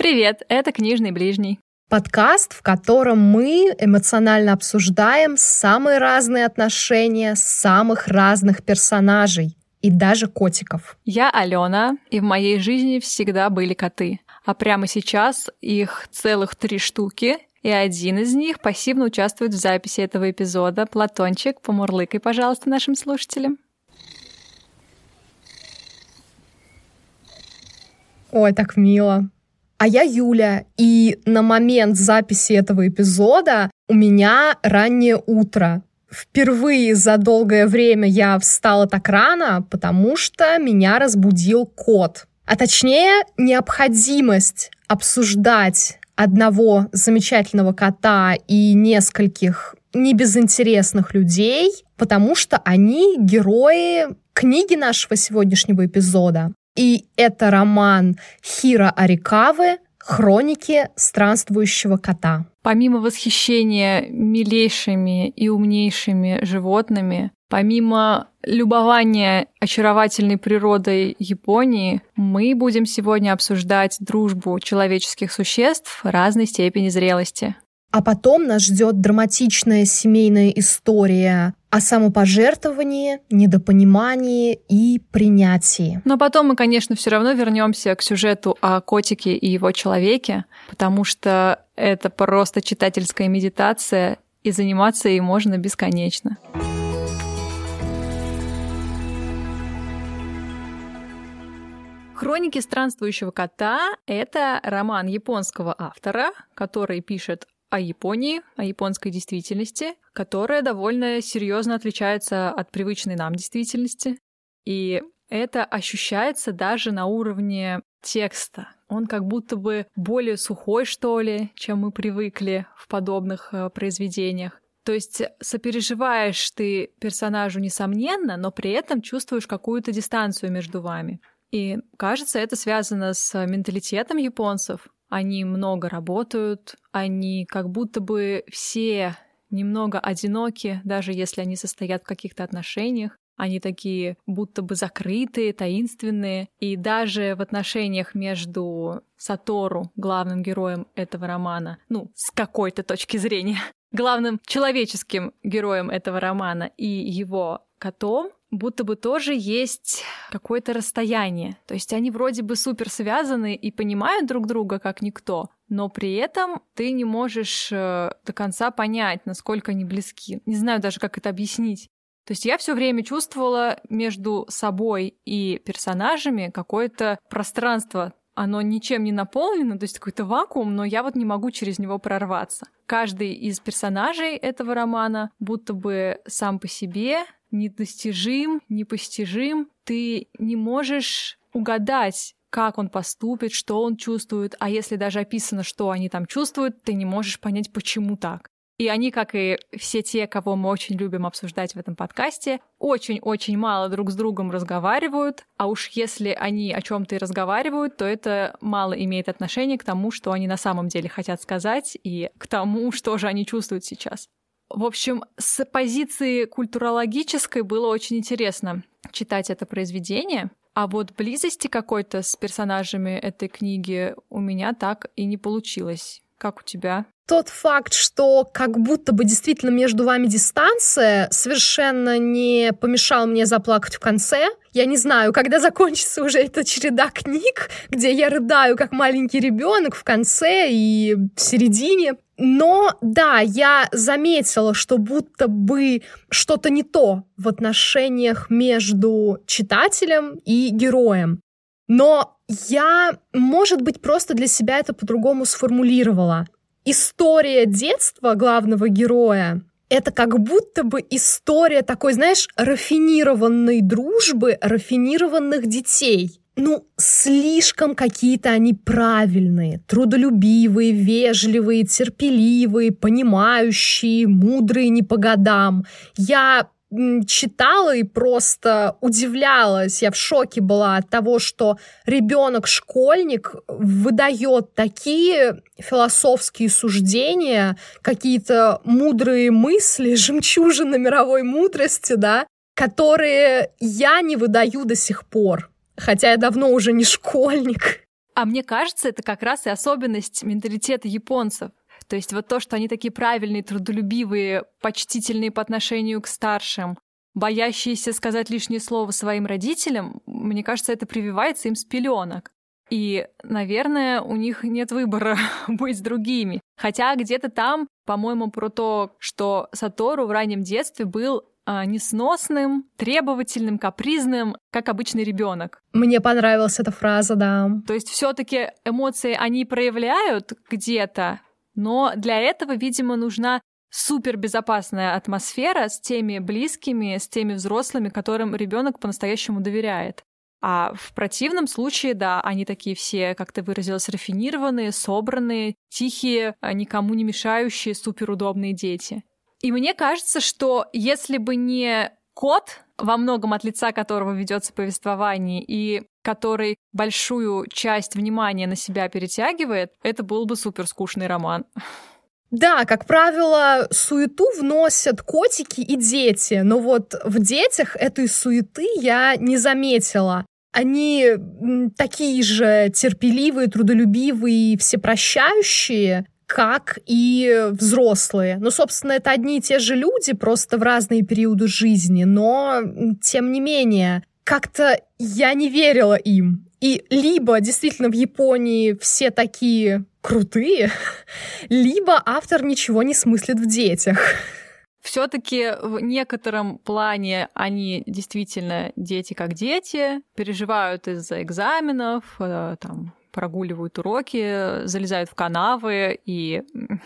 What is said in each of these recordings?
Привет, это «Книжный ближний». Подкаст, в котором мы эмоционально обсуждаем самые разные отношения самых разных персонажей и даже котиков. Я Алена, и в моей жизни всегда были коты. А прямо сейчас их целых 3 штуки, и один из них пассивно участвует в записи этого эпизода. Платончик, помурлыкай, пожалуйста, нашим слушателям. Ой, так мило. А я Юля, и на момент записи этого эпизода у меня раннее утро. Впервые за долгое время я встала так рано, потому что меня разбудил кот. А точнее, необходимость обсуждать одного замечательного кота и нескольких небезынтересных людей, потому что они герои книги нашего сегодняшнего эпизода. И это роман Хиро Арикавы «Хроники странствующего кота». Помимо восхищения милейшими и умнейшими животными, помимо любования очаровательной природой Японии, мы будем сегодня обсуждать дружбу человеческих существ разной степени зрелости. А потом нас ждет драматичная семейная история о самопожертвовании, недопонимании и принятии. Но потом мы, конечно, все равно вернемся к сюжету о котике и его человеке, потому что это просто читательская медитация, и заниматься ей можно бесконечно. «Хроники странствующего кота» — это роман японского автора, который пишет о Японии, о японской действительности, которая довольно серьезно отличается от привычной нам действительности. И это ощущается даже на уровне текста. Он как будто бы более сухой, что ли, чем мы привыкли в подобных произведениях. То есть сопереживаешь ты персонажу, несомненно, но при этом чувствуешь какую-то дистанцию между вами. И кажется, это связано с менталитетом японцев. Они много работают, они как будто бы все немного одиноки, даже если они состоят в каких-то отношениях. Они такие будто бы закрытые, таинственные. И даже в отношениях между Сатору, главным героем этого романа, с какой-то точки зрения, главным человеческим героем этого романа и его котом, будто бы тоже есть какое-то расстояние. То есть они вроде бы супер связаны и понимают друг друга как никто, но при этом ты не можешь до конца понять, насколько они близки. Не знаю даже, как это объяснить. То есть я все время чувствовала между собой и персонажами какое-то пространство. Оно ничем не наполнено, то есть какой-то вакуум, но я вот не могу через него прорваться. Каждый из персонажей этого романа будто бы сам по себе недостижим, непостижим. Ты не можешь угадать, как он поступит, что он чувствует, а если даже описано, что они там чувствуют, ты не можешь понять, почему так. И они, как и все те, кого мы очень любим обсуждать в этом подкасте, очень-очень мало друг с другом разговаривают, а уж если они о чем-то и разговаривают, то это мало имеет отношение к тому, что они на самом деле хотят сказать, и к тому, что же они чувствуют сейчас. В общем, с позиции культурологической было очень интересно читать это произведение, а вот близости какой-то с персонажами этой книги у меня так и не получилось. Как у тебя? Тот факт, что как будто бы действительно между вами дистанция, совершенно не помешал мне заплакать в конце. Я не знаю, когда закончится уже эта череда книг, где я рыдаю как маленький ребенок в конце и в середине. Но да, я заметила, что будто бы что-то не то в отношениях между читателем и героем. Но я, может быть, просто для себя это по-другому сформулировала. История детства главного героя — это как будто бы история такой, знаешь, рафинированной дружбы, рафинированных детей. Слишком какие-то они правильные, трудолюбивые, вежливые, терпеливые, понимающие, мудрые не по годам. Я читала и просто удивлялась, я в шоке была от того, что ребенок-школьник выдает такие философские суждения, какие-то мудрые мысли, жемчужины мировой мудрости, да, которые я не выдаю до сих пор, хотя я давно уже не школьник. А мне кажется, это как раз и особенность менталитета японцев. То есть вот то, что они такие правильные, трудолюбивые, почтительные по отношению к старшим, боящиеся сказать лишнее слово своим родителям, мне кажется, это прививается им с пеленок. И, наверное, у них нет выбора быть другими. Хотя где-то там, по-моему, про то, что Сатору в раннем детстве был несносным, требовательным, капризным, как обычный ребенок. Мне понравилась эта фраза, да. То есть все-таки эмоции они проявляют где-то, но для этого, видимо, нужна супербезопасная атмосфера с теми близкими, с теми взрослыми, которым ребенок по-настоящему доверяет. А в противном случае, да, они такие все, как ты выразилась, рафинированные, собранные, тихие, никому не мешающие, суперудобные дети. И мне кажется, что если бы не кот, во многом от лица которого ведется повествование, и который большую часть внимания на себя перетягивает, это был бы суперскучный роман. Да, как правило, суету вносят котики и дети, но вот в детях этой суеты я не заметила. Они такие же терпеливые, трудолюбивые, всепрощающие, как и взрослые. Ну, собственно, это одни и те же люди, просто в разные периоды жизни, но, тем не менее, как-то я не верила им. И либо действительно в Японии все такие крутые, либо автор ничего не смыслит в детях. Все-таки в некотором плане они действительно дети как дети, переживают из-за экзаменов, там, прогуливают уроки, залезают в канавы и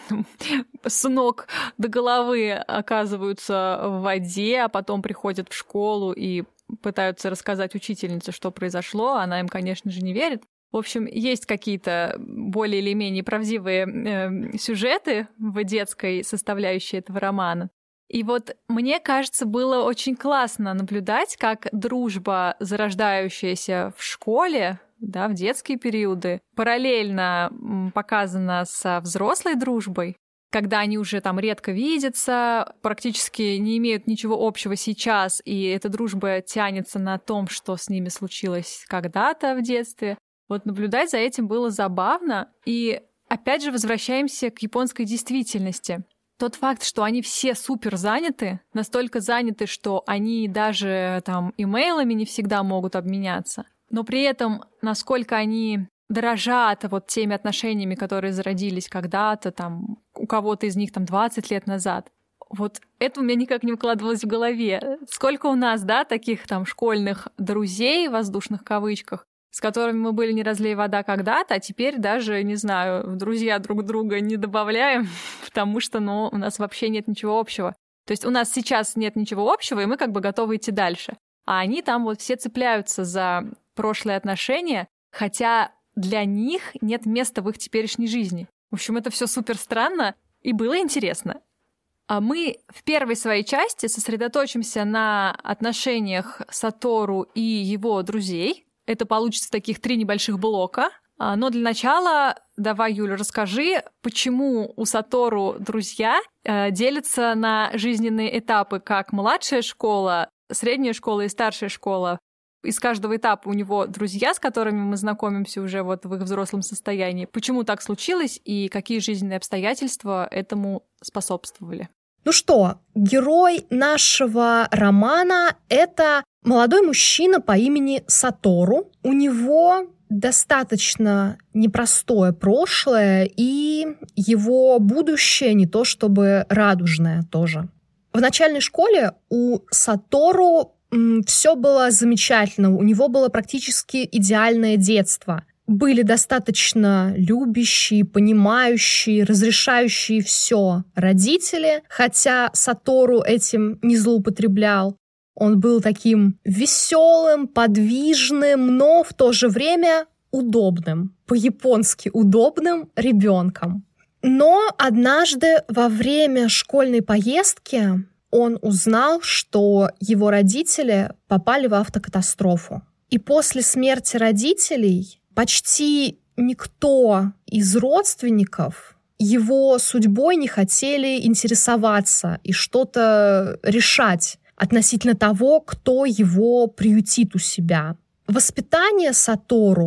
с ног до головы оказываются в воде, а потом приходят в школу и пытаются рассказать учительнице, что произошло. Она им, конечно же, не верит. В общем, есть какие-то более или менее правдивые сюжеты в детской составляющей этого романа. И вот мне кажется, было очень классно наблюдать, как дружба, зарождающаяся в школе, да, в детские периоды, параллельно показана со взрослой дружбой, когда они уже там редко видятся, практически не имеют ничего общего сейчас, и эта дружба тянется на том, что с ними случилось когда-то в детстве. Вот наблюдать за этим было забавно. И опять же возвращаемся к японской действительности. Тот факт, что они все супер заняты, настолько заняты, что они даже там имейлами не всегда могут обменяться, но при этом насколько они дорожат вот теми отношениями, которые зародились когда-то, там, у кого-то из них там 20 лет назад. Вот это у меня никак не укладывалось в голове. Сколько у нас, да, таких там школьных друзей, в воздушных кавычках, с которыми мы были не разлей вода когда-то, а теперь даже, не знаю, в друзья друг друга не добавляем, потому что, у нас вообще нет ничего общего. То есть у нас сейчас нет ничего общего, и мы как бы готовы идти дальше. А они там вот все цепляются за прошлые отношения, хотя для них нет места в их теперешней жизни. В общем, это все супер странно и было интересно. А мы в первой своей части сосредоточимся на отношениях Сатору и его друзей. Это получится таких 3 небольших блока. Но для начала давай, Юля, расскажи, почему у Сатору друзья делятся на жизненные этапы, как младшая школа, средняя школа и старшая школа. Из каждого этапа у него друзья, с которыми мы знакомимся уже вот в их взрослом состоянии. Почему так случилось и какие жизненные обстоятельства этому способствовали? Ну что, герой нашего романа — это молодой мужчина по имени Сатору. У него достаточно непростое прошлое, и его будущее не то чтобы радужное тоже. В начальной школе у Сатору все было замечательно, у него было практически идеальное детство. Были достаточно любящие, понимающие, разрешающие все родители, хотя Сатору этим не злоупотреблял. Он был таким веселым, подвижным, но в то же время удобным, по-японски удобным ребенком. Но однажды во время школьной поездки он узнал, что его родители попали в автокатастрофу. И после смерти родителей почти никто из родственников его судьбой не хотели интересоваться и что-то решать относительно того, кто его приютит у себя. Воспитание Сатору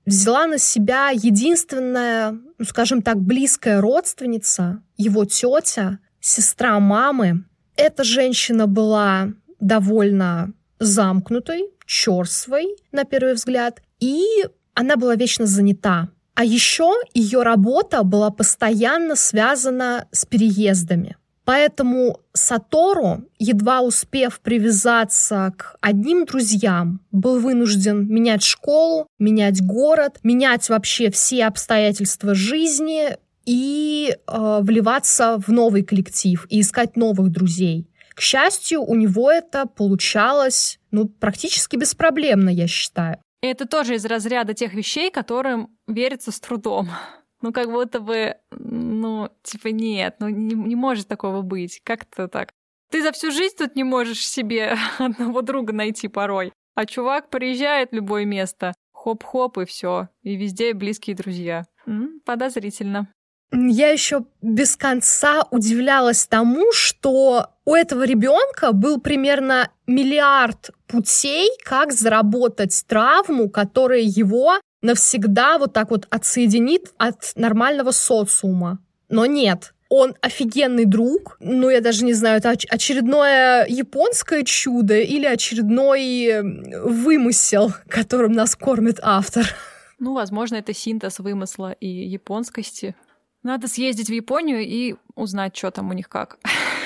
взяла на себя единственная, скажем так, близкая родственница, его тетя, сестра мамы. Эта женщина была довольно замкнутой, черствой, на первый взгляд, и она была вечно занята. А еще ее работа была постоянно связана с переездами. Поэтому Сатору, едва успев привязаться к одним друзьям, был вынужден менять школу, менять город, менять вообще все обстоятельства жизни и вливаться в новый коллектив и искать новых друзей. К счастью, у него это получалось практически беспроблемно, я считаю. Это тоже из разряда тех вещей, которым верится с трудом. Как будто бы, нет, не может такого быть. Как-то так. Ты за всю жизнь тут не можешь себе одного друга найти порой. А чувак приезжает в любое место, хоп-хоп, и все. И везде близкие друзья. Подозрительно. Я еще без конца удивлялась тому, что у этого ребенка был примерно миллиард путей, как заработать травму, которая его навсегда вот так вот отсоединит от нормального социума. Но нет, он офигенный друг. Я даже не знаю, это очередное японское чудо или очередной вымысел, которым нас кормит автор. Возможно, это синтез вымысла и японскости. Надо съездить в Японию и узнать, что там у них как.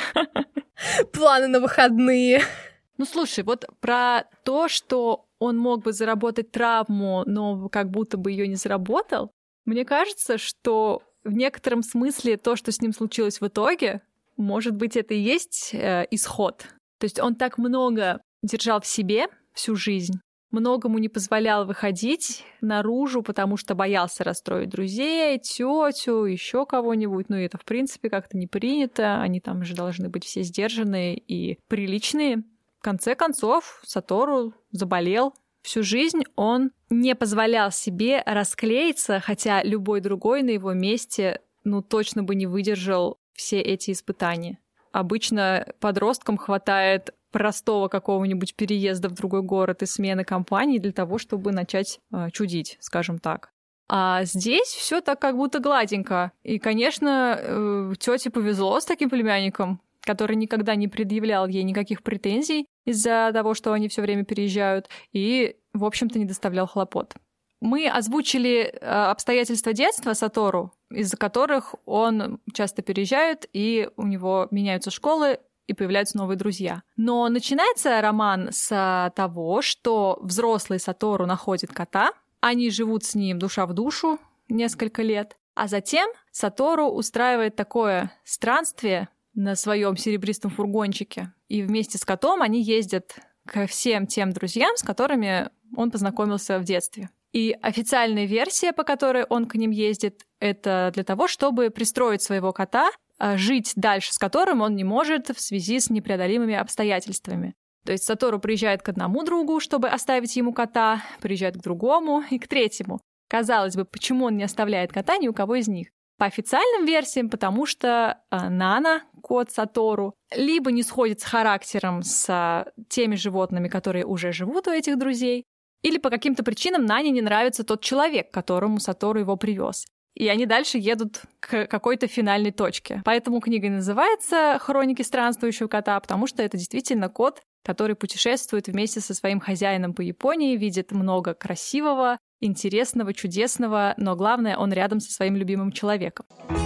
Планы на выходные. Слушай, вот про то, что он мог бы заработать травму, но как будто бы ее не заработал, мне кажется, что в некотором смысле то, что с ним случилось в итоге, может быть, это и есть исход. То есть он так много держал в себе всю жизнь, многому не позволял выходить наружу, потому что боялся расстроить друзей, тетю, еще кого-нибудь. Это, в принципе, как-то не принято. Они там же должны быть все сдержанные и приличные. В конце концов, Сатору заболел. Всю жизнь он не позволял себе расклеиться, хотя любой другой на его месте, точно бы не выдержал все эти испытания. Обычно подросткам хватает простого какого-нибудь переезда в другой город и смены компании для того, чтобы начать чудить, скажем так. А здесь все так как будто гладенько. И, конечно, тете повезло с таким племянником, который никогда не предъявлял ей никаких претензий из-за того, что они все время переезжают, и, в общем-то, не доставлял хлопот. Мы озвучили обстоятельства детства Сатору, из-за которых он часто переезжает, и у него меняются школы, и появляются новые друзья. Но начинается роман с того, что взрослый Сатору находит кота, они живут с ним душа в душу несколько лет, а затем Сатору устраивает такое странствие на своем серебристом фургончике, и вместе с котом они ездят к всем тем друзьям, с которыми он познакомился в детстве. И официальная версия, по которой он к ним ездит, это для того, чтобы пристроить своего кота, жить дальше с которым он не может в связи с непреодолимыми обстоятельствами. То есть Сатору приезжает к одному другу, чтобы оставить ему кота, приезжает к другому и к третьему. Казалось бы, почему он не оставляет кота ни у кого из них? По официальным версиям, потому что Нана, кот Сатору, либо не сходит с характером с теми животными, которые уже живут у этих друзей, или по каким-то причинам Нане не нравится тот человек, к которому Сатору его привез. И они дальше едут к какой-то финальной точке. Поэтому книга и называется «Хроники странствующего кота», потому что это действительно кот, который путешествует вместе со своим хозяином по Японии, видит много красивого, интересного, чудесного, но главное, он рядом со своим любимым человеком.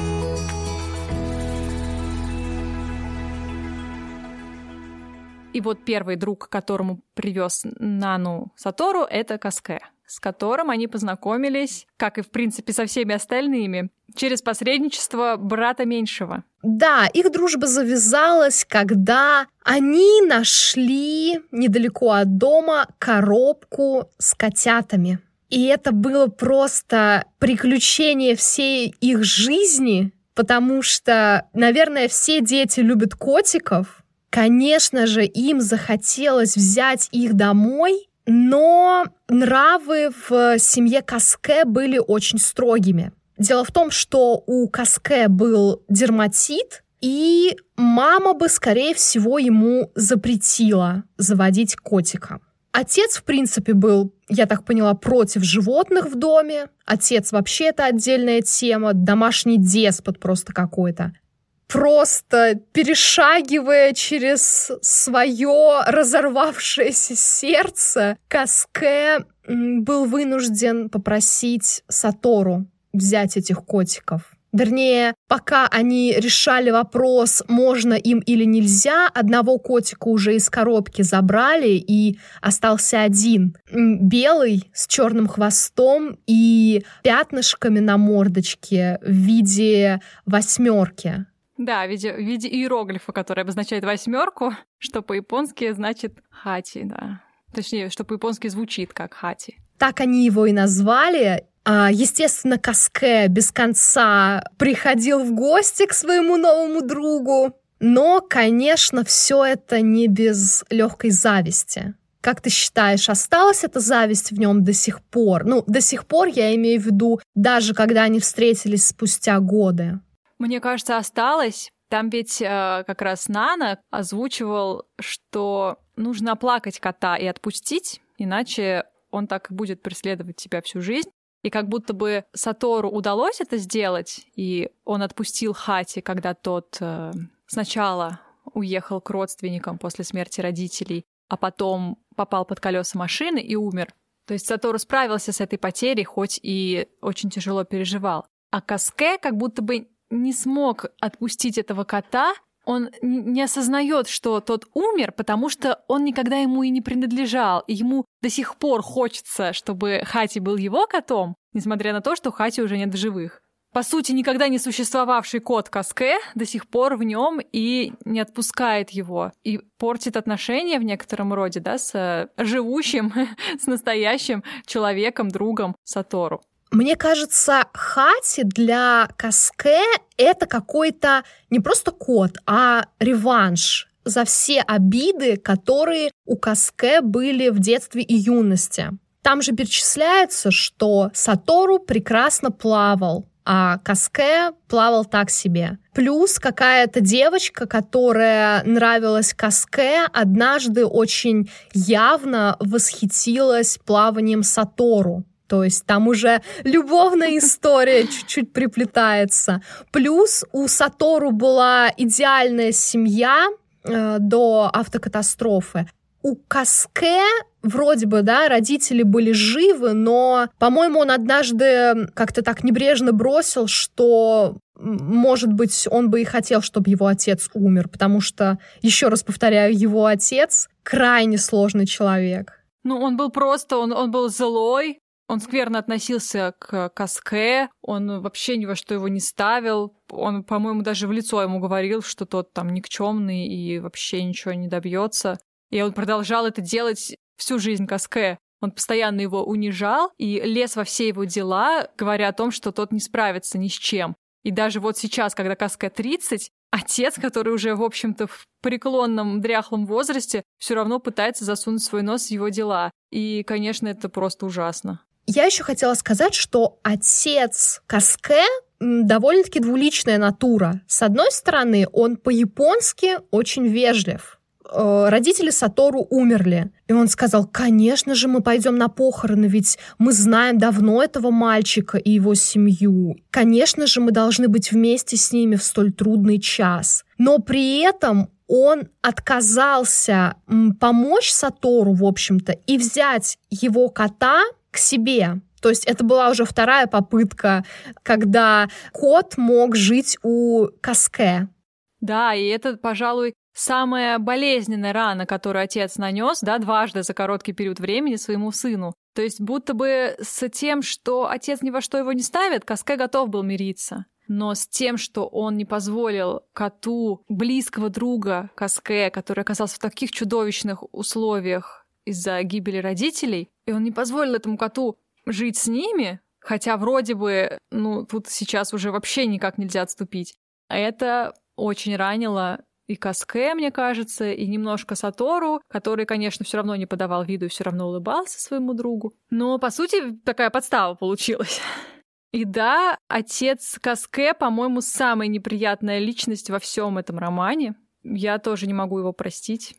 И вот первый друг, которому привез Нану Сатору, это Каске, с которым они познакомились, как и, в принципе, со всеми остальными, через посредничество брата меньшего. Да, их дружба завязалась, когда они нашли недалеко от дома коробку с котятами. И это было просто приключение всей их жизни, потому что, наверное, все дети любят котиков. Конечно же, им захотелось взять их домой, но нравы в семье Каске были очень строгими. Дело в том, что у Каске был дерматит, и мама бы, скорее всего, ему запретила заводить котика. Отец, в принципе, был, я так поняла, против животных в доме. Отец вообще это отдельная тема, домашний деспот просто какой-то. Просто перешагивая через свое разорвавшееся сердце, Каске был вынужден попросить Сатору взять этих котиков. Вернее, пока они решали вопрос, можно им или нельзя, одного котика уже из коробки забрали, и остался один. Белый, с черным хвостом и пятнышками на мордочке в виде 8. Да, в виде иероглифа, который обозначает 8, что по-японски значит хати, да. Точнее, что по-японски звучит как хати. Так они его и назвали. Естественно, Каске без конца приходил в гости к своему новому другу. Но, конечно, все это не без легкой зависти. Как ты считаешь, осталась эта зависть в нем до сих пор? Ну, до сих пор я имею в виду, даже когда они встретились спустя годы. Мне кажется, осталось. Там ведь как раз Нана озвучивал, что нужно оплакать кота и отпустить, иначе он так и будет преследовать тебя всю жизнь. И как будто бы Сатору удалось это сделать, и он отпустил Хати, когда тот сначала уехал к родственникам после смерти родителей, а потом попал под колеса машины и умер. То есть Сатору справился с этой потерей, хоть и очень тяжело переживал. А Каске как будто бы не смог отпустить этого кота. Он не осознает, что тот умер, потому что он никогда ему и не принадлежал. И ему до сих пор хочется, чтобы Хати был его котом, несмотря на то, что Хати уже нет в живых. По сути, никогда не существовавший кот Каске до сих пор в нем и не отпускает его. И портит отношения в некотором роде, да, с живущим, с настоящим человеком, другом Сатору. Мне кажется, Хати для Каске — это какой-то не просто кот, а реванш за все обиды, которые у Каске были в детстве и юности. Там же перечисляется, что Сатору прекрасно плавал, а Каске плавал так себе. Плюс какая-то девочка, которая нравилась Каске, однажды очень явно восхитилась плаванием Сатору. То есть там уже любовная история чуть-чуть приплетается. Плюс у Сатору была идеальная семья до автокатастрофы. У Каске вроде бы, да, родители были живы, но, по-моему, он однажды как-то так небрежно бросил, что, может быть, он бы и хотел, чтобы его отец умер, потому что, еще раз повторяю, его отец крайне сложный человек. Ну, он был просто, он был злой. Он скверно относился к Каске, он вообще ни во что его не ставил. Он, по-моему, даже в лицо ему говорил, что тот там никчемный и вообще ничего не добьется. И он продолжал это делать всю жизнь Каске. Он постоянно его унижал и лез во все его дела, говоря о том, что тот не справится ни с чем. И даже вот сейчас, когда Каске 30, отец, который уже, в общем-то, в преклонном дряхлом возрасте, все равно пытается засунуть свой нос в его дела. И, конечно, это просто ужасно. Я еще хотела сказать, что отец Каске довольно-таки двуличная натура. С одной стороны, он по-японски очень вежлив. Родители Сатору умерли. И он сказал: конечно же, мы пойдем на похороны, ведь мы знаем давно этого мальчика и его семью. Конечно же, мы должны быть вместе с ними в столь трудный час. Но при этом он отказался помочь Сатору, в общем-то, и взять его кота к себе. То есть это была уже вторая попытка, когда кот мог жить у Каске. Да, и это, пожалуй, самая болезненная рана, которую отец нанес, да, дважды за короткий период времени своему сыну. То есть будто бы с тем, что отец ни во что его не ставит, Каске готов был мириться. Но с тем, что он не позволил коту близкого друга Каске, который оказался в таких чудовищных условиях из-за гибели родителей, и он не позволил этому коту жить с ними, хотя вроде бы, тут сейчас уже вообще никак нельзя отступить. А это очень ранило и Каске, мне кажется, и немножко Сатору, который, конечно, все равно не подавал виду и все равно улыбался своему другу. Но, по сути, такая подстава получилась. И да, отец Каске, по-моему, самая неприятная личность во всем этом романе. Я тоже не могу его простить.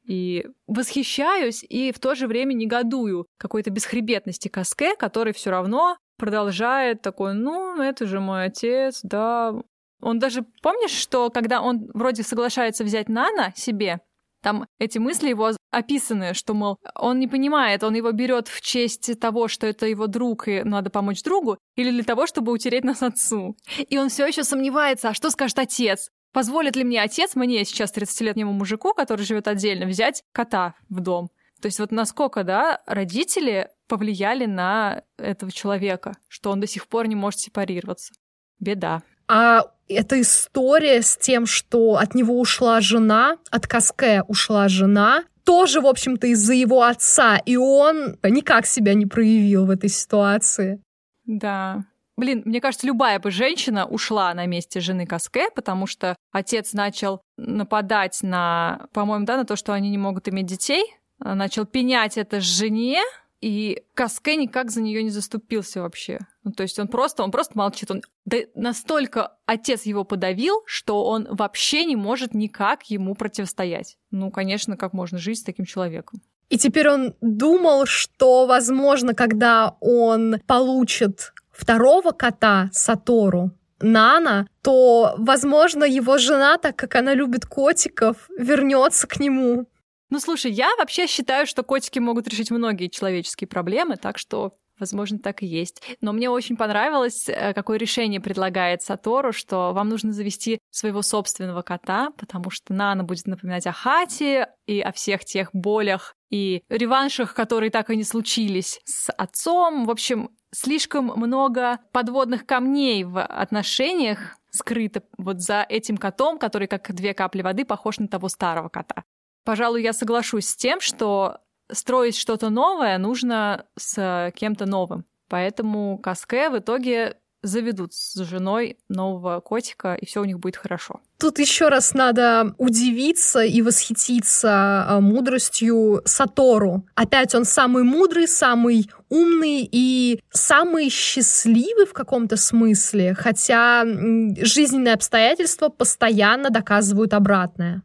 И восхищаюсь, и в то же время негодую какой-то бесхребетности Каске, который все равно продолжает такой, ну, это же мой отец, да. Он даже, помнишь, что когда он вроде соглашается взять Нана себе, там эти мысли его описаны, что, мол, он не понимает, он его берет в честь того, что это его друг, и надо помочь другу, или для того, чтобы утереть нас отцу. И он все еще сомневается, а что скажет отец? Позволит ли мне отец, мне сейчас 30-летнему мужику, который живет отдельно, взять кота в дом? То есть вот насколько, да, родители повлияли на этого человека, что он до сих пор не может сепарироваться. Беда. А эта история с тем, что от него ушла жена, от Каске ушла жена, тоже, в общем-то, из-за его отца, и он никак себя не проявил в этой ситуации. Да. Блин, мне кажется, любая бы женщина ушла на месте жены Каске, потому что отец начал нападать на, по-моему, да, на то, что они не могут иметь детей, начал пенять это жене, и Каске никак за нее не заступился вообще. Ну, то есть он просто молчит. Да настолько отец его подавил, что он вообще не может никак ему противостоять. Ну, конечно, как можно жить с таким человеком? И теперь он думал, что, возможно, когда он получит второго кота, Сатору, Нана, то, возможно, его жена, так как она любит котиков, вернется к нему. Ну, слушай, я вообще считаю, что котики могут решить многие человеческие проблемы, так что, возможно, так и есть. Но мне очень понравилось, какое решение предлагает Сатору, что вам нужно завести своего собственного кота, потому что Нана будет напоминать о Хате и о всех тех болях и реваншах, которые так и не случились с отцом. В общем, слишком много подводных камней в отношениях скрыто вот за этим котом, который, как 2 капли воды, похож на того старого кота. Пожалуй, я соглашусь с тем, что строить что-то новое нужно с кем-то новым. Поэтому Каске в итоге заведут с женой нового котика, и все у них будет хорошо. Тут еще раз надо удивиться и восхититься мудростью Сатору. Опять он самый мудрый, самый умный и самый счастливый в каком-то смысле, хотя жизненные обстоятельства постоянно доказывают обратное.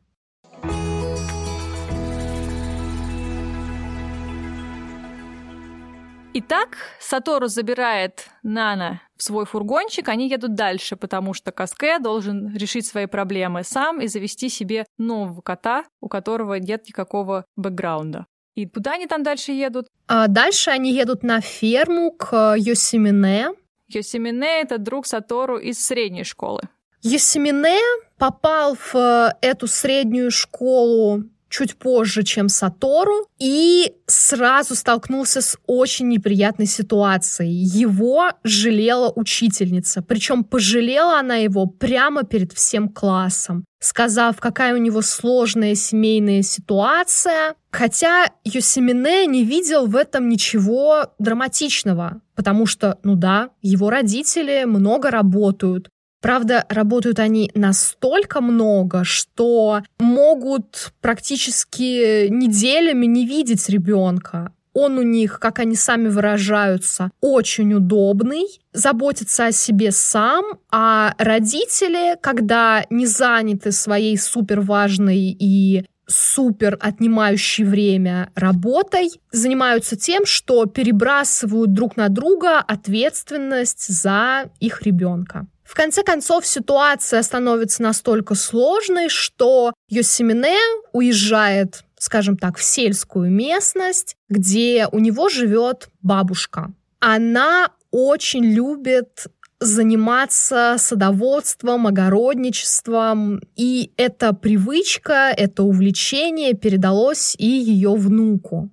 Итак, Сатору забирает Нана в свой фургончик, они едут дальше, потому что Каске должен решить свои проблемы сам и завести себе нового кота, у которого нет никакого бэкграунда. И куда они там дальше едут? Дальше они едут на ферму к Йосимине. Йосимине — это друг Сатору из средней школы. Йосимине попал в эту среднюю школу чуть позже, чем Сатору, и сразу столкнулся с очень неприятной ситуацией. Его жалела учительница, причем пожалела она его прямо перед всем классом, сказав, какая у него сложная семейная ситуация, хотя Йосимине не видел в этом ничего драматичного, потому что, ну да, его родители много работают. Правда, работают они настолько много, что могут практически неделями не видеть ребенка. Он у них, как они сами выражаются, очень удобный, заботится о себе сам, а родители, когда не заняты своей суперважной и супер отнимающей время работой, занимаются тем, что перебрасывают друг на друга ответственность за их ребенка. В конце концов, ситуация становится настолько сложной, что Йосимине уезжает, скажем так, в сельскую местность, где у него живет бабушка. Она очень любит заниматься садоводством, огородничеством, и эта привычка, это увлечение передалось и ее внуку.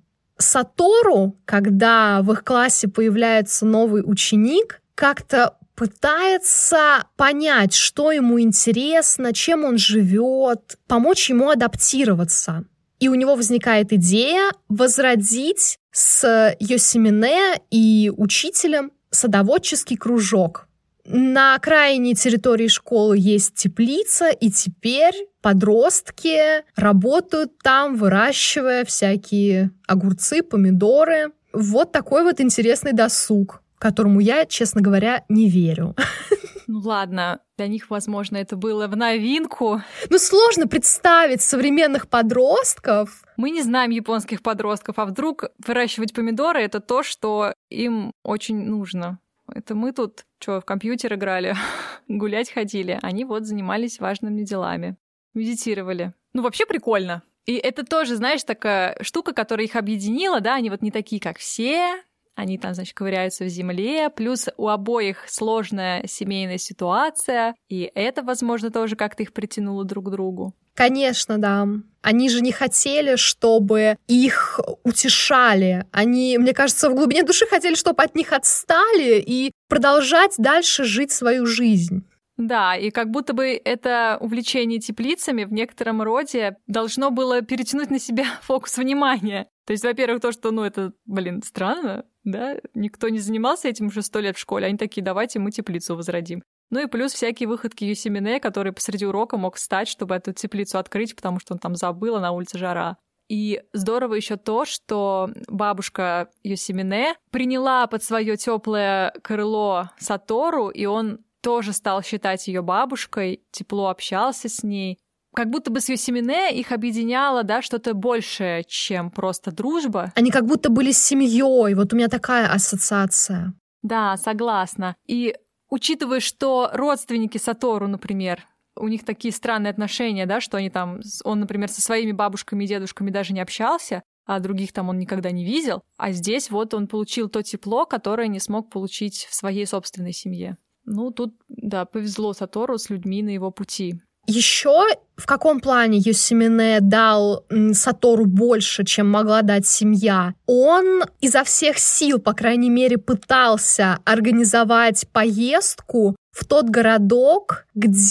Сатору, когда в их классе появляется новый ученик, как-то пытается понять, что ему интересно, чем он живет, помочь ему адаптироваться. И у него возникает идея возродить с Йосимине и учителем садоводческий кружок. На окраине территории школы есть теплица, и теперь подростки работают там, выращивая всякие огурцы, помидоры. Вот такой вот интересный досуг, которому я, честно говоря, не верю. Ну ладно, для них, возможно, это было в новинку. Ну сложно представить современных подростков. Мы не знаем японских подростков, а вдруг выращивать помидоры — это то, что им очень нужно. Это мы тут, в компьютер играли, гулять ходили. Они вот занимались важными делами, медитировали. Ну вообще прикольно. И это тоже, знаешь, такая штука, которая их объединила, да, они вот не такие, как все, они там, значит, ковыряются в земле, плюс у обоих сложная семейная ситуация, и это, возможно, тоже как-то их притянуло друг к другу. Конечно, да. Они же не хотели, чтобы их утешали. Они, мне кажется, в глубине души хотели, чтобы от них отстали и продолжать дальше жить свою жизнь. Да, и как будто бы это увлечение теплицами в некотором роде должно было перетянуть на себя фокус внимания. То есть, во-первых, то, что, это, странно, да, никто не занимался этим уже 100 лет в школе, они такие, давайте мы теплицу возродим. Ну и плюс всякие выходки Йосимине, который посреди урока мог встать, чтобы эту теплицу открыть, потому что он там забыл, а на улице жара. И здорово еще то, что бабушка Йосимине приняла под свое теплое крыло Сатору, и он тоже стал считать ее бабушкой, тепло общался с ней. Как будто бы с Йосимине их объединяло, да, что-то большее, чем просто дружба. Они как будто были семьей. Вот у меня такая ассоциация. Да, согласна. И учитывая, что родственники Сатору, например, у них такие странные отношения, да, что они там, он, например, со своими бабушками и дедушками даже не общался, а других там он никогда не видел. А здесь вот он получил то тепло, которое не смог получить в своей собственной семье. Ну, тут, да, повезло Сатору с людьми на его пути. Еще в каком плане Йосимине дал Сатору больше, чем могла дать семья? Он изо всех сил, по крайней мере, пытался организовать поездку в тот городок,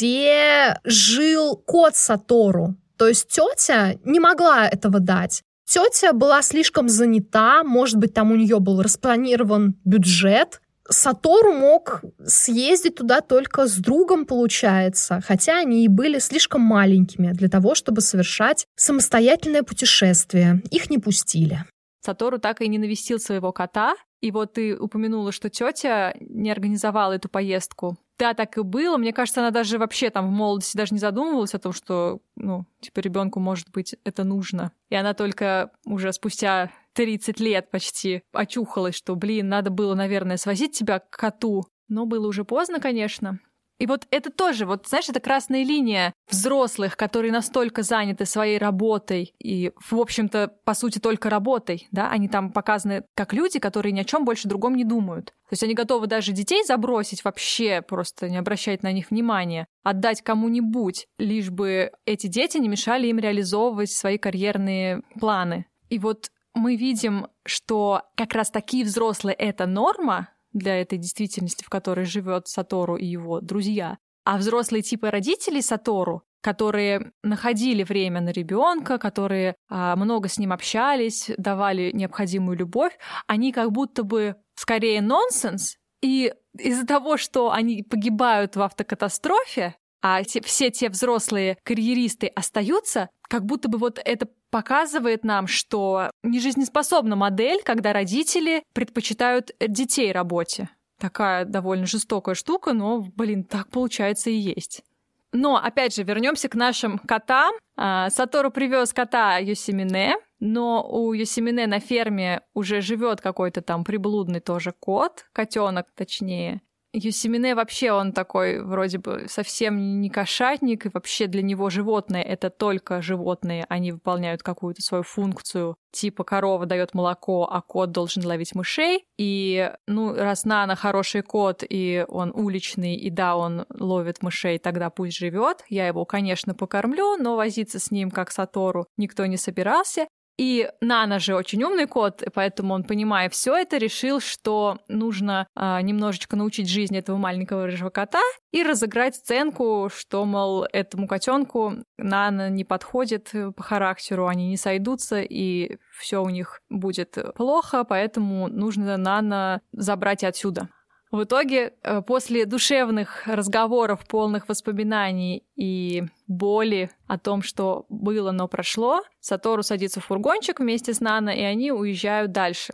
где жил кот Сатору. То есть тетя не могла этого дать. Тетя была слишком занята, может быть, там у нее был распланирован бюджет. Сатору мог съездить туда только с другом, получается, хотя они и были слишком маленькими для того, чтобы совершать самостоятельное путешествие. Их не пустили. Сатору так и не навестил своего кота. И вот ты упомянула, что тетя не организовала эту поездку. Да, так и было. Мне кажется, она даже вообще там в молодости даже не задумывалась о том, что, ребенку, может быть, это нужно. И она только уже спустя 30 лет почти очухалась, что, надо было, наверное, свозить тебя к коту. Но было уже поздно, конечно. И вот это тоже, знаешь, это красная линия взрослых, которые настолько заняты своей работой и, в общем-то, по сути, только работой, да, они там показаны как люди, которые ни о чем больше другом не думают. То есть они готовы даже детей забросить вообще, просто не обращать на них внимания, отдать кому-нибудь, лишь бы эти дети не мешали им реализовывать свои карьерные планы. И вот мы видим, что как раз такие взрослые — это норма для этой действительности, в которой живет Сатору и его друзья. А взрослые типа родителей Сатору, которые находили время на ребенка, которые много с ним общались, давали необходимую любовь, они как будто бы скорее нонсенс. И из-за того, что они погибают в автокатастрофе, а все те взрослые карьеристы остаются, как будто бы это показывает нам, что нежизнеспособна модель, когда родители предпочитают детей работе. Такая довольно жестокая штука, но, так получается и есть. Но, опять же, вернемся к нашим котам. Сатору привез кота Йосимине, но у Йосимине на ферме уже живет какой-то там приблудный тоже кот, котенок точнее. Йосимине вообще он такой вроде бы совсем не кошатник, и вообще для него животные — это только животные, они выполняют какую-то свою функцию, типа корова дает молоко, а кот должен ловить мышей. И, раз Нана хороший кот, и он уличный, и да, он ловит мышей, тогда пусть живет. Я его, конечно, покормлю, но возиться с ним, как Сатору, никто не собирался. И Нана же очень умный кот, и поэтому он, понимая все это, решил, что нужно немножечко научить жизни этого маленького рыжего кота и разыграть сценку, что, мол, этому котенку Нана не подходит по характеру, они не сойдутся, и все у них будет плохо, поэтому нужно Нана забрать отсюда. В итоге, после душевных разговоров, полных воспоминаний и боли о том, что было, но прошло, Сатору садится в фургончик вместе с Нана, и они уезжают дальше.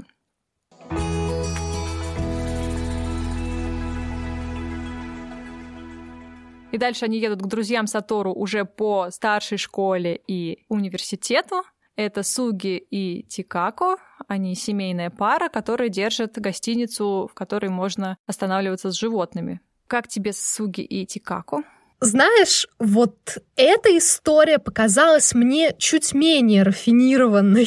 И дальше они едут к друзьям Сатору уже по старшей школе и университету. Это Суги и Тикако. Они семейная пара, которая держит гостиницу, в которой можно останавливаться с животными. Как тебе Суги и Тикако? Знаешь, вот эта история показалась мне чуть менее рафинированной.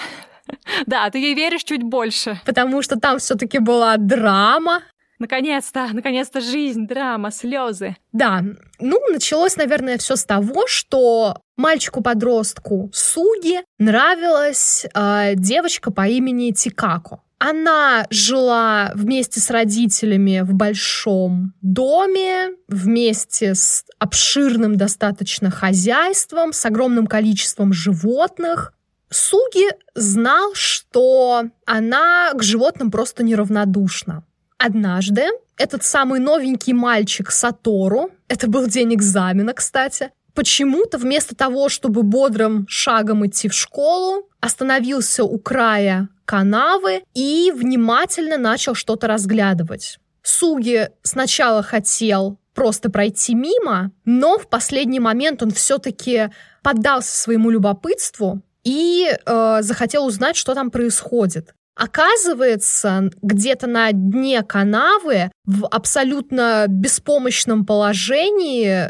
Да, ты ей веришь чуть больше. Потому что там все-таки была драма. Наконец-то жизнь, драма, слезы. Да, началось, наверное, все с того, что мальчику-подростку Суги нравилась девочка по имени Тикако. Она жила вместе с родителями в большом доме, вместе с обширным достаточно хозяйством, с огромным количеством животных. Суги знал, что она к животным просто неравнодушна. Однажды этот самый новенький мальчик Сатору, это был день экзамена, кстати, почему-то вместо того, чтобы бодрым шагом идти в школу, остановился у края канавы и внимательно начал что-то разглядывать. Суги сначала хотел просто пройти мимо, но в последний момент он все-таки поддался своему любопытству и захотел узнать, что там происходит. Оказывается, где-то на дне канавы в абсолютно беспомощном положении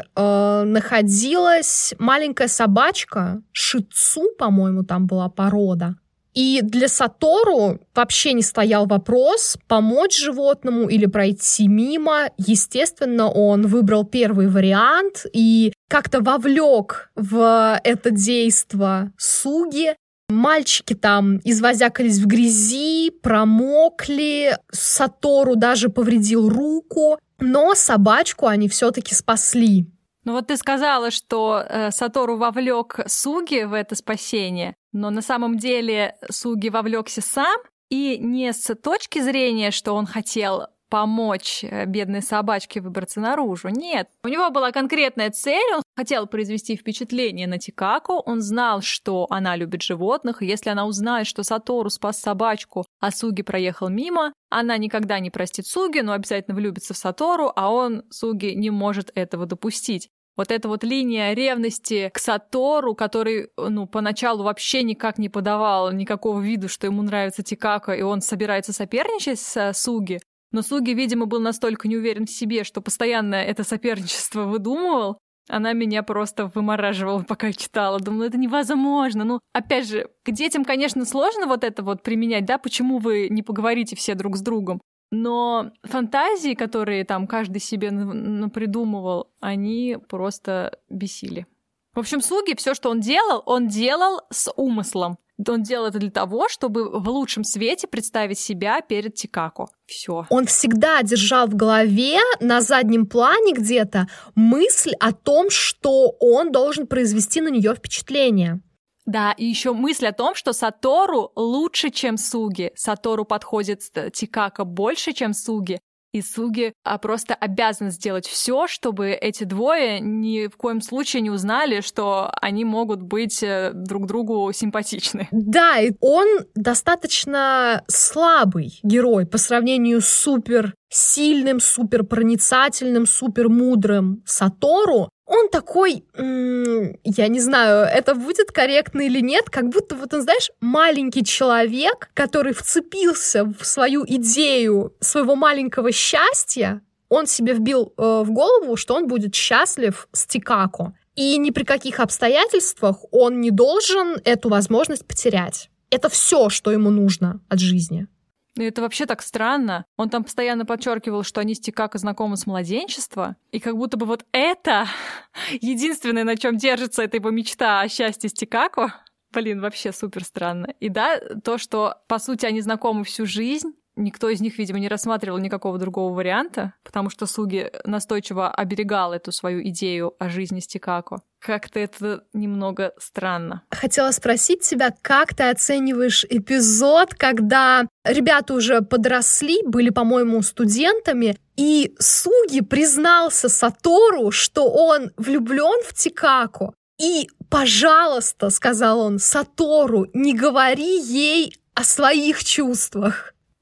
находилась маленькая собачка, шицу, по-моему, там была порода. И для Сатору вообще не стоял вопрос, помочь животному или пройти мимо. Естественно, он выбрал первый вариант и как-то вовлек в это действо Суги. Мальчики там извозякались в грязи, промокли, Сатору даже повредил руку, но собачку они все-таки спасли. Ну вот ты сказала, что Сатору вовлек Суги в это спасение, но на самом деле Суги вовлекся сам, и не с точки зрения, что он хотел помочь бедной собачке выбраться наружу. Нет, у него была конкретная цель, он хотел произвести впечатление на Тикако, он знал, что она любит животных, и если она узнает, что Сатору спас собачку, а Суги проехал мимо, она никогда не простит Суги, но обязательно влюбится в Сатору, а он, Суги, не может этого допустить. Вот эта вот линия ревности к Сатору, который, поначалу вообще никак не подавал никакого виду, что ему нравится Тикако, и он собирается соперничать с Суги, но Суги, видимо, был настолько неуверен в себе, что постоянно это соперничество выдумывал. Она меня просто вымораживала, пока читала. Думала, это невозможно. Опять же, к детям, конечно, сложно вот это вот применять, да, почему вы не поговорите все друг с другом. Но фантазии, которые там каждый себе напридумывал, они просто бесили. В общем, Суги, все, что он делал с умыслом. Он делал это для того, чтобы в лучшем свете представить себя перед Тикако. Все. Он всегда держал в голове на заднем плане где-то мысль о том, что он должен произвести на нее впечатление. Да, и еще мысль о том, что Сатору лучше, чем Суги. Сатору подходит Тикако больше, чем Суги. И Суги просто обязан сделать все, чтобы эти двое ни в коем случае не узнали, что они могут быть друг другу симпатичны. Да, и он достаточно слабый герой по сравнению с суперсильным, суперпроницательным, супермудрым Сатору. Он такой, я не знаю, это будет корректно или нет, как будто, вот он, знаешь, маленький человек, который вцепился в свою идею своего маленького счастья, он себе вбил в голову, что он будет счастлив с Тикако. И ни при каких обстоятельствах он не должен эту возможность потерять. Это все, что ему нужно от жизни. И это вообще так странно. Он там постоянно подчеркивал, что они с Тикако знакомы с младенчества, и как будто бы вот это единственное, на чем держится эта его мечта о счастье с Тикако. Блин, вообще супер странно. И да, то, что, по сути, они знакомы всю жизнь, никто из них, видимо, не рассматривал никакого другого варианта, потому что Суги настойчиво оберегал эту свою идею о жизни с Тикако. Как-то это немного странно. Хотела спросить тебя, как ты оцениваешь эпизод, когда ребята уже подросли, были, по-моему, студентами, и Суги признался Сатору, что он влюблен в Тикако. И, пожалуйста, сказал он, Сатору, не говори ей о своих чувствах.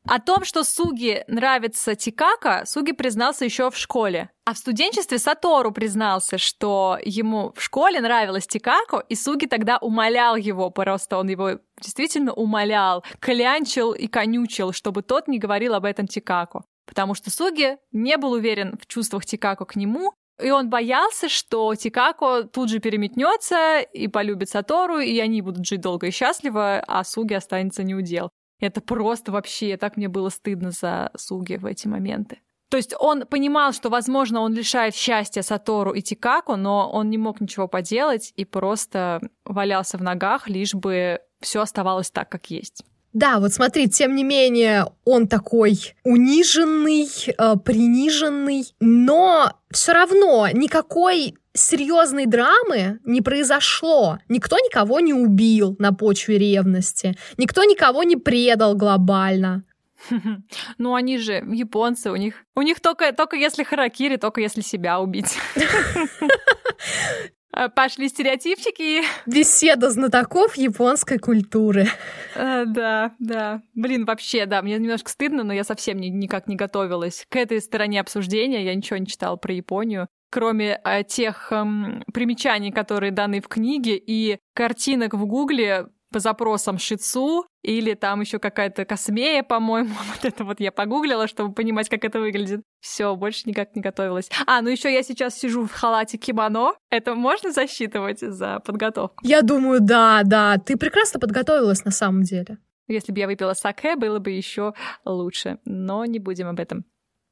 О том, что Суги нравится Тикако, Суги признался еще в школе. А в студенчестве Сатору признался, что ему в школе нравилась Тикако, и Суги тогда умолял его, просто он его действительно умолял, клянчил и конючил, чтобы тот не говорил об этом Тикако. Потому что Суги не был уверен в чувствах Тикако к нему, и он боялся, что Тикако тут же переметнется и полюбит Сатору, и они будут жить долго и счастливо, а Суги останется неудел. Это просто вообще, так мне было стыдно за Суги в эти моменты. То есть он понимал, что, возможно, он лишает счастья Сатору и Тикако, но он не мог ничего поделать и просто валялся в ногах, лишь бы все оставалось так, как есть. Да, вот смотри, тем не менее, он такой униженный, приниженный, но все равно никакой серьезной драмы не произошло. Никто никого не убил на почве ревности, никто никого не предал глобально. Ну, они же японцы, у них только если харакири, только если себя убить. Пошли стереотипчики. Беседа знатоков японской культуры. Да. Блин, вообще, да, мне немножко стыдно, но я совсем никак не готовилась к этой стороне обсуждения. Я ничего не читала про Японию, кроме тех примечаний, которые даны в книге, и картинок в Гугле по запросам шицу, или там еще какая-то космея, по-моему. Вот это вот я погуглила, чтобы понимать, как это выглядит. Все, больше никак не готовилась. Ну еще я сейчас сижу в халате кимоно. Это можно засчитывать за подготовку? Я думаю, да. Ты прекрасно подготовилась на самом деле. Если бы я выпила саке, было бы еще лучше. Но не будем об этом.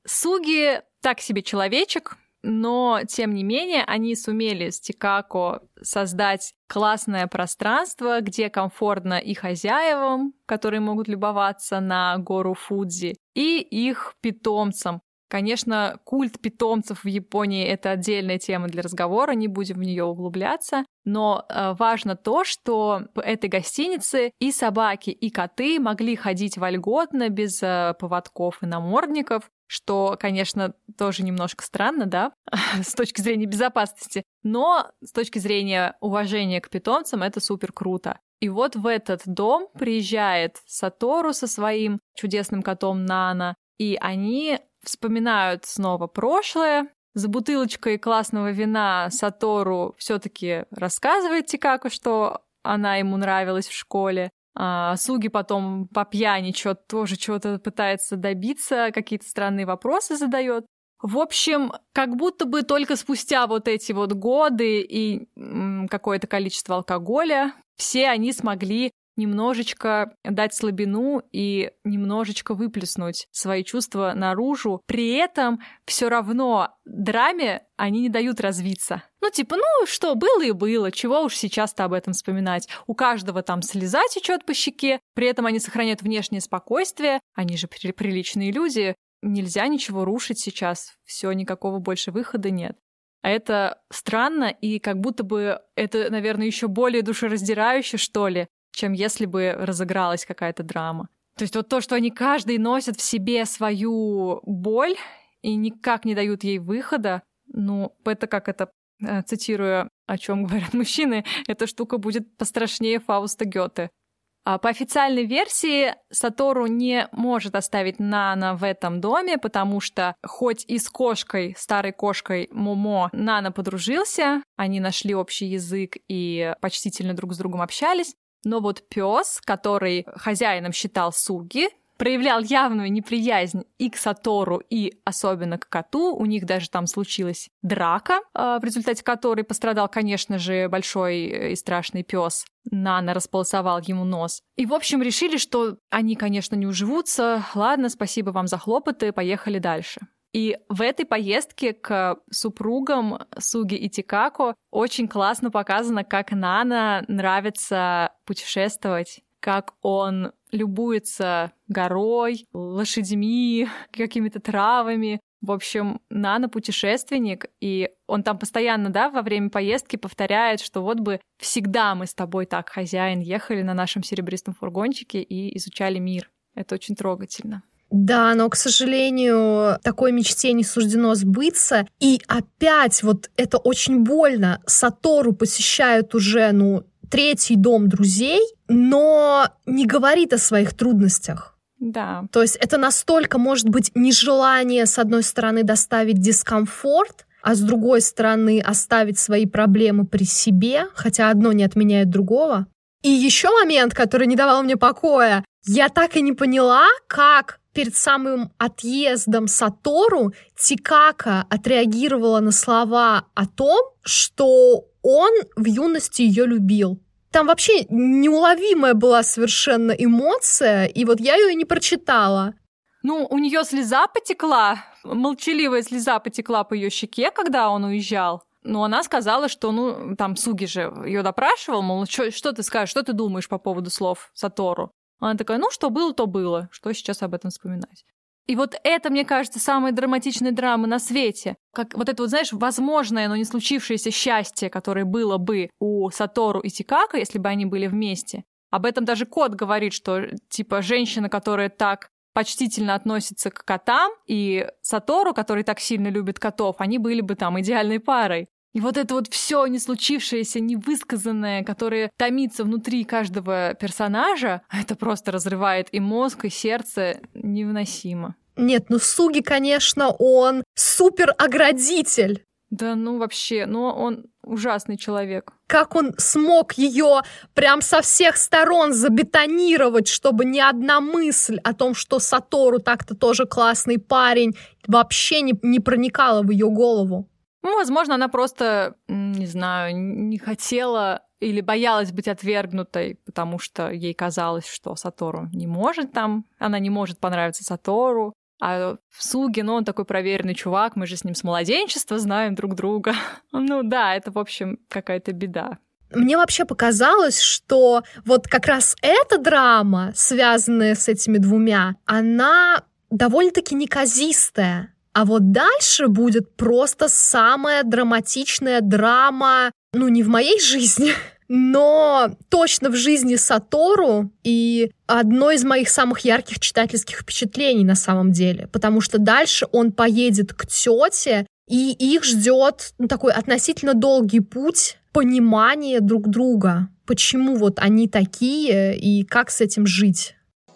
Суги так себе человечек, но, тем не менее, они сумели с Тикако создать классное пространство, где комфортно и хозяевам, которые могут любоваться на гору Фудзи, и их питомцам. Конечно, культ питомцев в Японии — это отдельная тема для разговора, не будем в нее углубляться, но важно то, что в этой гостинице и собаки, и коты могли ходить вольготно, без поводков и намордников, что, конечно, тоже немножко странно, да, с точки зрения безопасности, но с точки зрения уважения к питомцам это супер круто. И вот в этот дом приезжает Сатору со своим чудесным котом Нана, и они вспоминают снова прошлое. За бутылочкой классного вина Сатору все-таки рассказывает Тикако, что она ему нравилась в школе. Суги потом по пьяни тоже чего-то пытается добиться, какие-то странные вопросы задает. В общем, как будто бы только спустя вот эти вот годы и какое-то количество алкоголя все они смогли немножечко дать слабину и немножечко выплеснуть свои чувства наружу. При этом все равно драме они не дают развиться. Что, было и было, чего уж сейчас-то об этом вспоминать. У каждого там слеза течет по щеке, при этом они сохраняют внешнее спокойствие, они же приличные люди, нельзя ничего рушить сейчас, все, никакого больше выхода нет. А это странно, и как будто бы это, наверное, еще более душераздирающе, что ли, чем если бы разыгралась какая-то драма. То есть вот то, что они каждый носят в себе свою боль и никак не дают ей выхода, это цитируя, о чем говорят мужчины, эта штука будет пострашнее Фауста Гёте. По официальной версии, Сатору не может оставить Нана в этом доме, потому что хоть и с старой кошкой Момо, Нана подружился, они нашли общий язык и почтительно друг с другом общались, но вот пес, который хозяином считал Суги, проявлял явную неприязнь и к Сатору, и особенно к коту. У них даже там случилась драка, в результате которой пострадал, конечно же, большой и страшный пес. Нана располосовал ему нос. И, в общем, решили, что они, конечно, не уживутся. Ладно, спасибо вам за хлопоты, поехали дальше. И в этой поездке к супругам Суги и Тикако очень классно показано, как Нана нравится путешествовать, как он любуется горой, лошадьми, какими-то травами. В общем, Нана путешественник, и он там постоянно, во время поездки повторяет, что вот бы всегда мы с тобой так, хозяин, ехали на нашем серебристом фургончике и изучали мир. Это очень трогательно. Да, но, к сожалению, такой мечте не суждено сбыться. И опять вот это очень больно. Сатору посещают уже, третий дом друзей, но не говорит о своих трудностях. Да. То есть это настолько может быть нежелание, с одной стороны, доставить дискомфорт, а с другой стороны оставить свои проблемы при себе, хотя одно не отменяет другого. И еще момент, который не давал мне покоя. Я так и не поняла, как перед самым отъездом Сатору Тикака отреагировала на слова о том, что он в юности ее любил. Там вообще неуловимая была совершенно эмоция, и вот я ее и не прочитала. Ну, у нее слеза потекла, молчаливая слеза потекла по ее щеке, когда он уезжал. Но она сказала, что, там Суги же ее допрашивал, мол, что ты скажешь, что ты думаешь по поводу слов Сатору? Она такая, что было, то было, что сейчас об этом вспоминать. И вот это, мне кажется, самая драматичная драма на свете. Как вот это, знаешь, возможное, но не случившееся счастье, которое было бы у Сатору и Тикака, если бы они были вместе. Об этом даже Кот говорит, что, типа, женщина, которая так почтительно относится к котам, и Сатору, который так сильно любит котов, они были бы там идеальной парой. И вот это вот все не случившееся, невысказанное, которое томится внутри каждого персонажа, это просто разрывает и мозг, и сердце невыносимо. Нет, Суги, конечно, он супер-оградитель. Да, вообще, он ужасный человек. Как он смог ее прям со всех сторон забетонировать, чтобы ни одна мысль о том, что Сатору так-то тоже классный парень, вообще не проникала в ее голову. Возможно, она просто, не знаю, не хотела или боялась быть отвергнутой, потому что ей казалось, что Сатору не может она не может понравиться Сатору. А Суги, он такой проверенный чувак, мы же с ним с младенчества знаем друг друга. Да, это, в общем, какая-то беда. Мне вообще показалось, что вот как раз эта драма, связанная с этими двумя, она довольно-таки неказистая. А вот дальше будет просто самая драматичная драма, не в моей жизни, но точно в жизни Сатору, и одно из моих самых ярких читательских впечатлений на самом деле, потому что дальше он поедет к тете, и их ждет такой относительно долгий путь понимания друг друга, почему вот они такие и как с этим жить.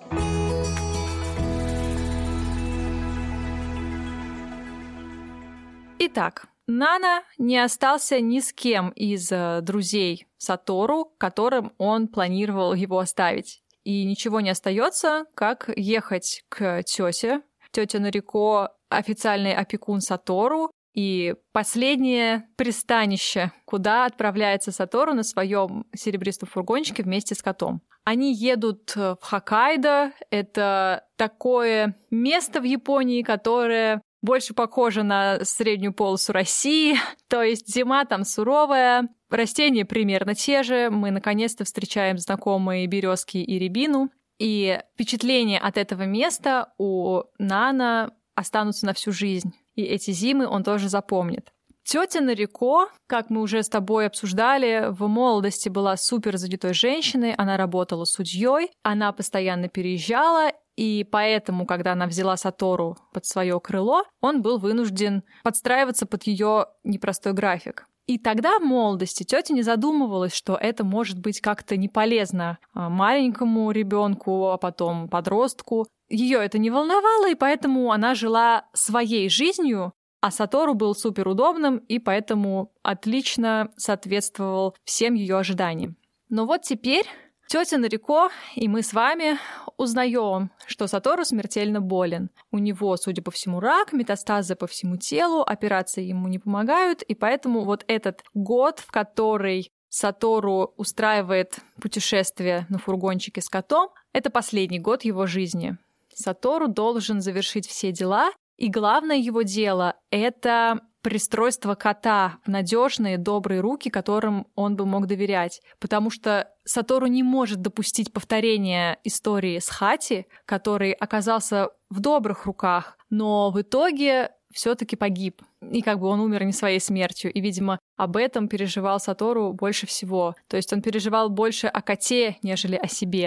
Итак, Нана не остался ни с кем из друзей Сатору, которым он планировал его оставить. И ничего не остается, как ехать к тете. Тетя Нарико — официальный опекун Сатору, и последнее пристанище, куда отправляется Сатору на своем серебристом фургончике вместе с котом. Они едут в Хоккайдо. Это такое место в Японии, которое больше похоже на среднюю полосу России, то есть зима там суровая, растения примерно те же, мы наконец-то встречаем знакомые березки и рябину, и впечатления от этого места у Нана останутся на всю жизнь, и эти зимы он тоже запомнит. Тетя Нарико, как мы уже с тобой обсуждали, в молодости была супер занятой женщиной, она работала судьей, она постоянно переезжала, и поэтому, когда она взяла Сатору под свое крыло, он был вынужден подстраиваться под ее непростой график. И тогда в молодости тетя не задумывалась, что это может быть как-то не полезно маленькому ребенку, а потом подростку. Ее это не волновало, и поэтому она жила своей жизнью, а Сатору был суперудобным и поэтому отлично соответствовал всем ее ожиданиям. Но вот теперь тетя Нарико и мы с вами узнаем, что Сатору смертельно болен. У него, судя по всему, рак, метастазы по всему телу, операции ему не помогают, и поэтому вот этот год, в который Сатору устраивает путешествие на фургончике с котом, это последний год его жизни. Сатору должен завершить все дела, и главное его дело — это пристройство кота в надежные, добрые руки, которым он бы мог доверять. Потому что Сатору не может допустить повторения истории с Хати, который оказался в добрых руках, но в итоге все-таки погиб. И он умер не своей смертью. И, видимо, об этом переживал Сатору больше всего. То есть он переживал больше о коте, нежели о себе.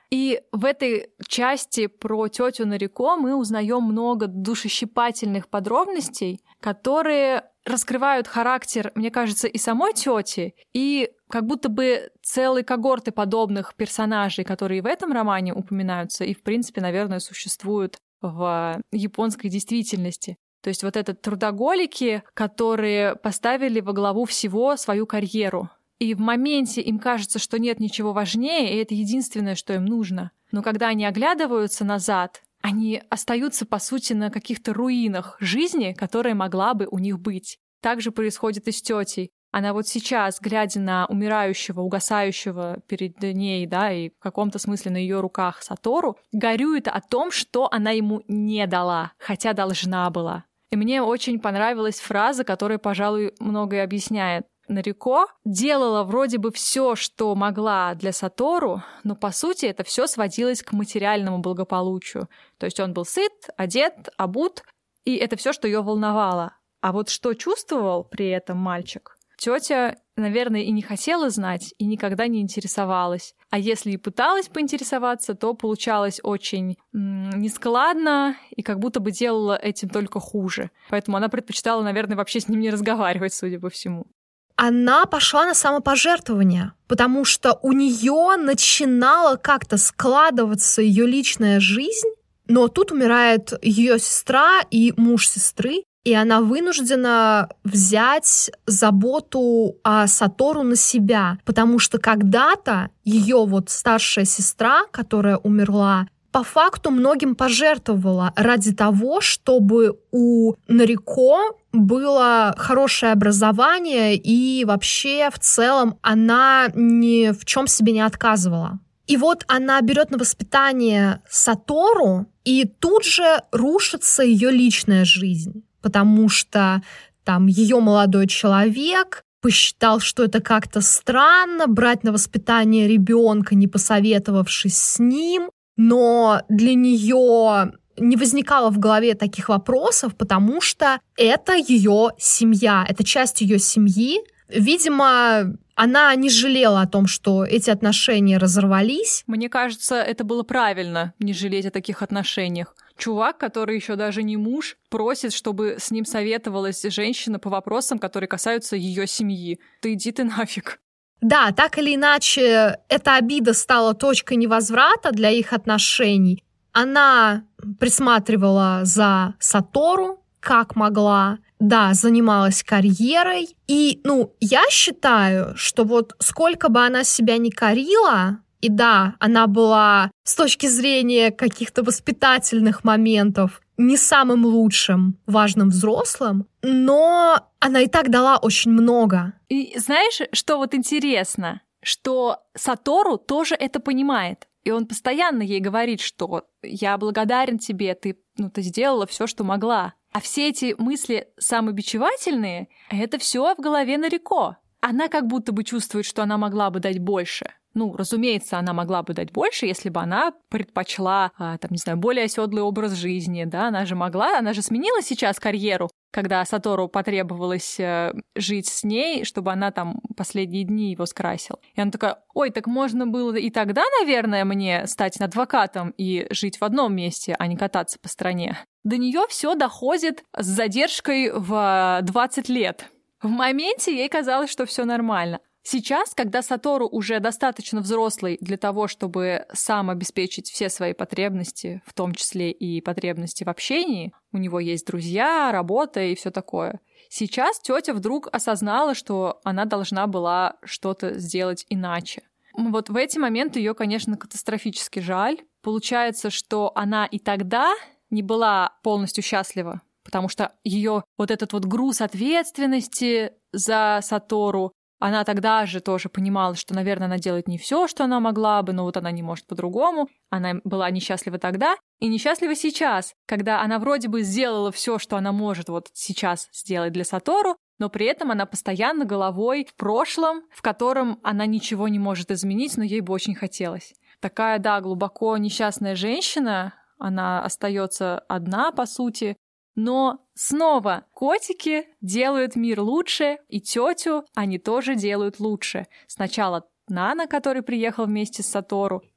И в этой части про тетю Нарико мы узнаем много душещипательных подробностей, которые раскрывают характер, мне кажется, и самой тети, и как будто бы целой когорты подобных персонажей, которые в этом романе упоминаются и, в принципе, наверное, существуют в японской действительности. То есть вот это трудоголики, которые поставили во главу всего свою карьеру. И в моменте им кажется, что нет ничего важнее, и это единственное, что им нужно. Но когда они оглядываются назад, они остаются, по сути, на каких-то руинах жизни, которая могла бы у них быть. Так же происходит и с тетей. Она вот сейчас, глядя на умирающего, угасающего перед ней, да, и в каком-то смысле на ее руках Сатору, горюет о том, что она ему не дала, хотя должна была. И мне очень понравилась фраза, которая, пожалуй, многое объясняет. Нарико делала вроде бы все, что могла для Сатору, но по сути это все сводилось к материальному благополучию. То есть он был сыт, одет, обут, и это все, что ее волновало. А вот что чувствовал при этом мальчик, тетя, наверное, и не хотела знать, и никогда не интересовалась. А если и пыталась поинтересоваться, то получалось очень нескладно и как будто бы делала этим только хуже. Поэтому она предпочитала, наверное, вообще с ним не разговаривать, судя по всему. Она пошла на самопожертвование, потому что у нее начинала как-то складываться ее личная жизнь, но тут умирает ее сестра и муж сестры, и она вынуждена взять заботу о Сатору на себя, потому что когда-то ее вот старшая сестра, которая умерла, по факту многим пожертвовала ради того, чтобы у Нарико было хорошее образование, и вообще в целом она ни в чем себе не отказывала. И вот она берет на воспитание Сатору, и тут же рушится ее личная жизнь, потому что там ее молодой человек посчитал, что это как-то странно брать на воспитание ребенка, не посоветовавшись с ним, но для нее не возникало в голове таких вопросов, потому что это ее семья, это часть ее семьи. Видимо, она не жалела о том, что эти отношения разорвались. Мне кажется, это было правильно, не жалеть о таких отношениях. Чувак, который еще даже не муж, просит, чтобы с ним советовалась женщина по вопросам, которые касаются ее семьи. Да иди ты нафиг. Да, так или иначе, эта обида стала точкой невозврата для их отношений. Она присматривала за Сатору, как могла, да, занималась карьерой. И, я считаю, что вот сколько бы она себя ни корила, и да, она была с точки зрения каких-то воспитательных моментов не самым лучшим важным взрослым, но она и так дала очень много. И знаешь, что вот интересно? Что Сатору тоже это понимает. И он постоянно ей говорит, что я благодарен тебе, ты сделала все, что могла. А все эти мысли самобичевательные, это все в голове Нарико. Она как будто бы чувствует, что она могла бы дать больше. Разумеется, она могла бы дать больше, если бы она предпочла, более оседлый образ жизни, да, она же сменила сейчас карьеру, когда Сатору потребовалось жить с ней, чтобы она там последние дни его скрасила. И она такая: ой, так можно было и тогда, наверное, мне стать адвокатом и жить в одном месте, а не кататься по стране. До нее все доходит с задержкой в 20 лет. В моменте ей казалось, что все нормально. Сейчас, когда Сатору уже достаточно взрослый для того, чтобы сам обеспечить все свои потребности, в том числе и потребности в общении, у него есть друзья, работа и все такое. Сейчас тетя вдруг осознала, что она должна была что-то сделать иначе. Вот в эти моменты ее, конечно, катастрофически жаль. Получается, что она и тогда не была полностью счастлива, потому что ее вот этот вот груз ответственности за Сатору, она тогда же тоже понимала, что, наверное, она делает не все, что она могла бы, но вот она не может по-другому. Она была несчастлива тогда и несчастлива сейчас, когда она вроде бы сделала все, что она может вот сейчас сделать для Сатору, но при этом она постоянно головой в прошлом, в котором она ничего не может изменить, но ей бы очень хотелось. Такая, да, глубоко несчастная женщина, она остается одна, по сути. Но снова котики делают мир лучше, и тетю они тоже делают лучше. Сначала Нана, который приехал вместе с Сатору,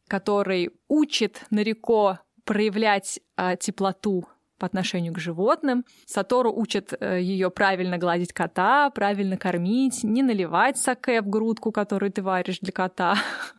который учит Нарико проявлять теплоту по отношению к животным. Сатору учит ее правильно гладить кота, правильно кормить, не наливать саке в грудку, которую ты варишь для кота.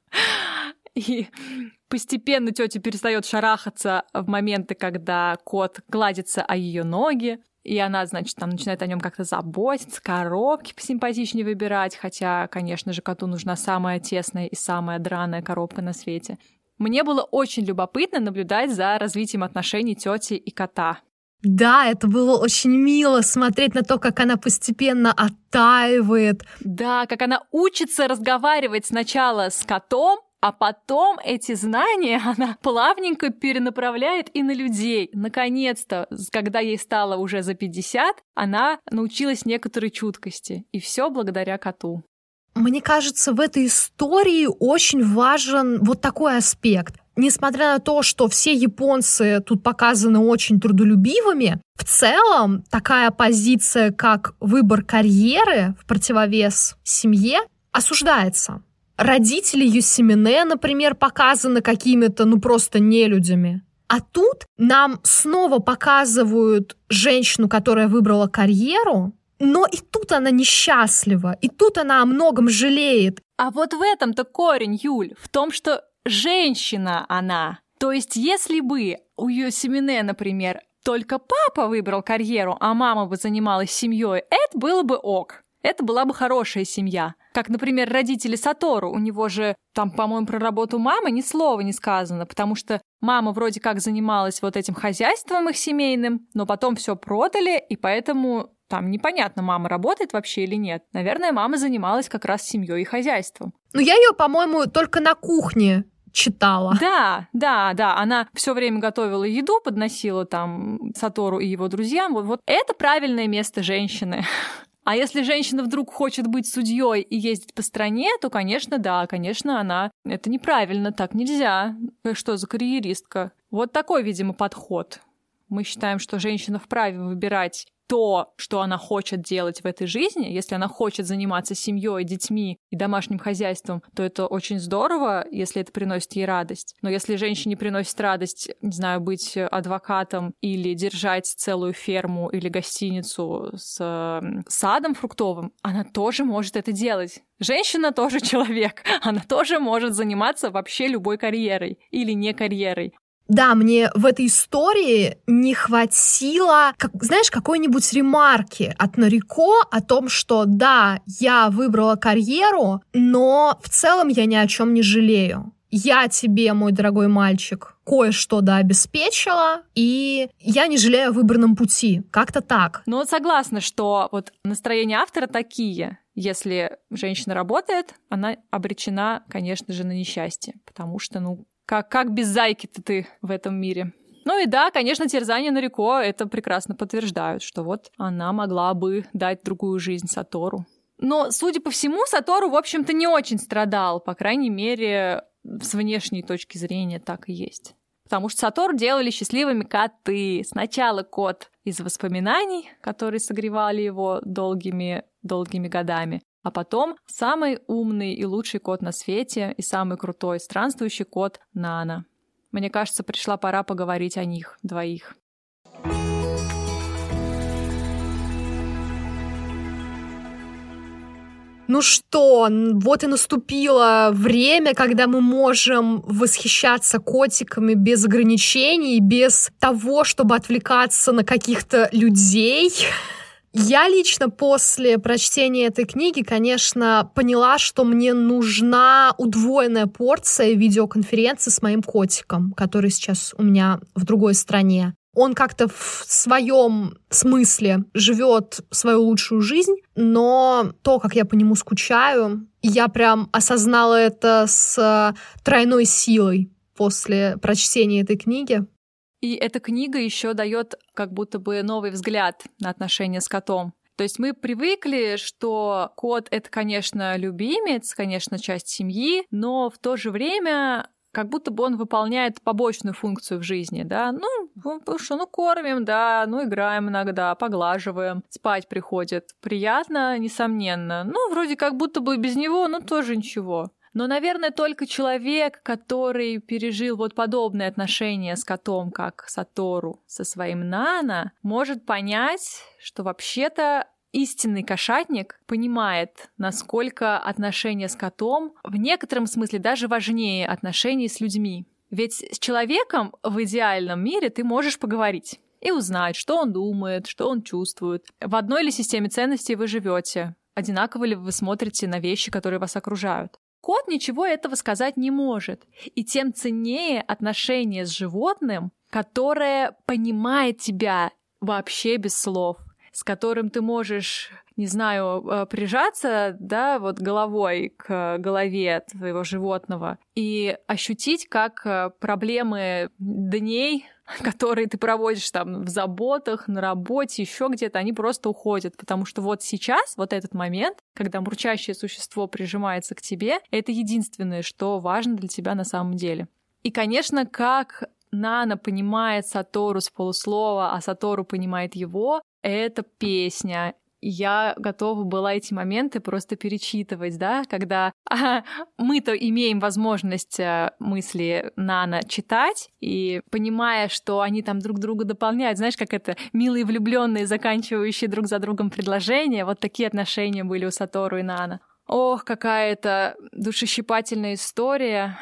И постепенно тетя перестает шарахаться в моменты, когда кот гладится о ее ноги. И она, значит, там начинает о нем как-то заботиться, коробки посимпатичнее выбирать, хотя, конечно же, коту нужна самая тесная и самая драная коробка на свете. Мне было очень любопытно наблюдать за развитием отношений тети и кота. Да, это было очень мило смотреть на то, как она постепенно оттаивает. Да, как она учится разговаривать сначала с котом, а потом эти знания она плавненько перенаправляет и на людей. Наконец-то, когда ей стало уже за 50, она научилась некоторой чуткости. И все благодаря коту. Мне кажется, в этой истории очень важен вот такой аспект. Несмотря на то, что все японцы тут показаны очень трудолюбивыми, в целом такая позиция, как выбор карьеры в противовес семье, осуждается. Родители Юсимине, например, показаны какими-то, просто нелюдями. А тут нам снова показывают женщину, которая выбрала карьеру, но и тут она несчастлива, и тут она о многом жалеет. А вот в этом-то корень, Юль, в том, что женщина она. То есть если бы у Юсимине, например, только папа выбрал карьеру, а мама бы занималась семьей, это было бы ок. Это была бы хорошая семья. Как, например, родители Сатору. У него же там, по-моему, про работу мамы ни слова не сказано, потому что мама вроде как занималась вот этим хозяйством их семейным, но потом все продали, и поэтому там непонятно, мама работает вообще или нет. Наверное, мама занималась как раз семьей и хозяйством. Я ее, по-моему, только на кухне читала. Да. Она все время готовила еду, подносила там Сатору и его друзьям. Вот это правильное место женщины. А если женщина вдруг хочет быть судьей и ездить по стране, то, конечно, да, конечно, она... Это неправильно, так нельзя. Что за карьеристка? Вот такой, видимо, подход. Мы считаем, что женщина вправе выбирать то, что она хочет делать в этой жизни. Если она хочет заниматься семьей, детьми и домашним хозяйством, то это очень здорово, если это приносит ей радость. Но если женщине приносит радость, не знаю, быть адвокатом или держать целую ферму или гостиницу с садом фруктовым, она тоже может это делать. Женщина тоже человек. Она тоже может заниматься вообще любой карьерой или не карьерой. Да, мне в этой истории не хватило, какой-нибудь ремарки от Нарико о том, что да, я выбрала карьеру, но в целом я ни о чем не жалею. Я тебе, мой дорогой мальчик, кое-что обеспечила, и я не жалею о выбранном пути. Как-то так. Ну, согласна, что вот настроения автора такие. Если женщина работает, она обречена, конечно же, на несчастье, потому что, как без зайки-то ты в этом мире? Ну и да, конечно, терзания Нарико это прекрасно подтверждают, что вот она могла бы дать другую жизнь Сатору. Но, судя по всему, Сатору, в общем-то, не очень страдал, по крайней мере, с внешней точки зрения так и есть. Потому что Сатору делали счастливыми коты. Сначала кот из воспоминаний, которые согревали его долгими годами, а потом самый умный и лучший кот на свете и самый крутой странствующий кот Нана. Мне кажется, пришла пора поговорить о них двоих. Ну что, вот и наступило время, когда мы можем восхищаться котиками без ограничений, без того, чтобы отвлекаться на каких-то людей. Я лично после прочтения этой книги, конечно, поняла, что мне нужна удвоенная порция видеоконференции с моим котиком, который сейчас у меня в другой стране. Он как-то в своем смысле живет свою лучшую жизнь, но то, как я по нему скучаю, я прям осознала это с тройной силой после прочтения этой книги. И эта книга еще дает как будто бы новый взгляд на отношения с котом. То есть мы привыкли, что кот — это, конечно, любимец, конечно, часть семьи, но в то же время как будто бы он выполняет побочную функцию в жизни, да? Кормим, да, играем иногда, поглаживаем, спать приходит. Приятно, несомненно. Вроде как будто бы без него, тоже ничего. Но, наверное, только человек, который пережил вот подобные отношения с котом, как Сатору со своим Нана, может понять, что вообще-то истинный кошатник понимает, насколько отношения с котом в некотором смысле даже важнее отношений с людьми. Ведь с человеком в идеальном мире ты можешь поговорить и узнать, что он думает, что он чувствует. В одной ли системе ценностей вы живете? Одинаково ли вы смотрите на вещи, которые вас окружают? Кот ничего этого сказать не может. И тем ценнее отношение с животным, которое понимает тебя вообще без слов, с которым ты можешь, не знаю, прижаться, да, вот головой к голове твоего животного и ощутить, как проблемы дней, которые ты проводишь там в заботах, на работе, еще где-то, они просто уходят, потому что вот сейчас, вот этот момент, когда мурчащее существо прижимается к тебе, это единственное, что важно для тебя на самом деле. И, конечно, как Нана понимает Сатору с полуслова, а Сатору понимает его, это песня. Я готова была эти моменты просто перечитывать, да, когда мы-то имеем возможность мысли Нана читать, и понимая, что они там друг друга дополняют, знаешь, как это милые влюбленные, заканчивающие друг за другом предложения, вот такие отношения были у Сатору и Нана. Ох, какая это душещипательная история.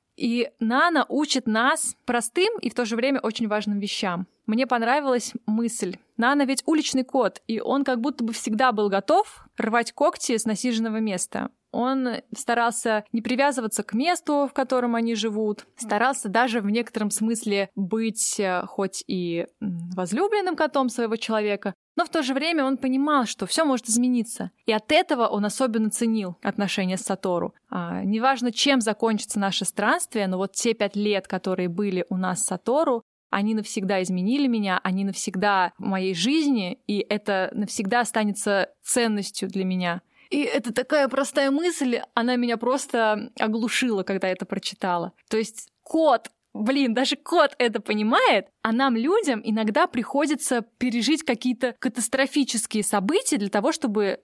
И Нана учит нас простым и в то же время очень важным вещам. Мне понравилась мысль. Нана ведь уличный кот, и он как будто бы всегда был готов рвать когти с насиженного места. Он старался не привязываться к месту, в котором они живут, старался даже в некотором смысле быть хоть и возлюбленным котом своего человека, но в то же время он понимал, что все может измениться. И от этого он особенно ценил отношения с Сатору. Неважно, чем закончится наше странствие, но вот те 5 лет, которые были у нас с Сатору, они навсегда изменили меня, они навсегда в моей жизни, и это навсегда останется ценностью для меня. И это такая простая мысль, она меня просто оглушила, когда я это прочитала. То есть кот, даже кот это понимает, а нам, людям, иногда приходится пережить какие-то катастрофические события для того, чтобы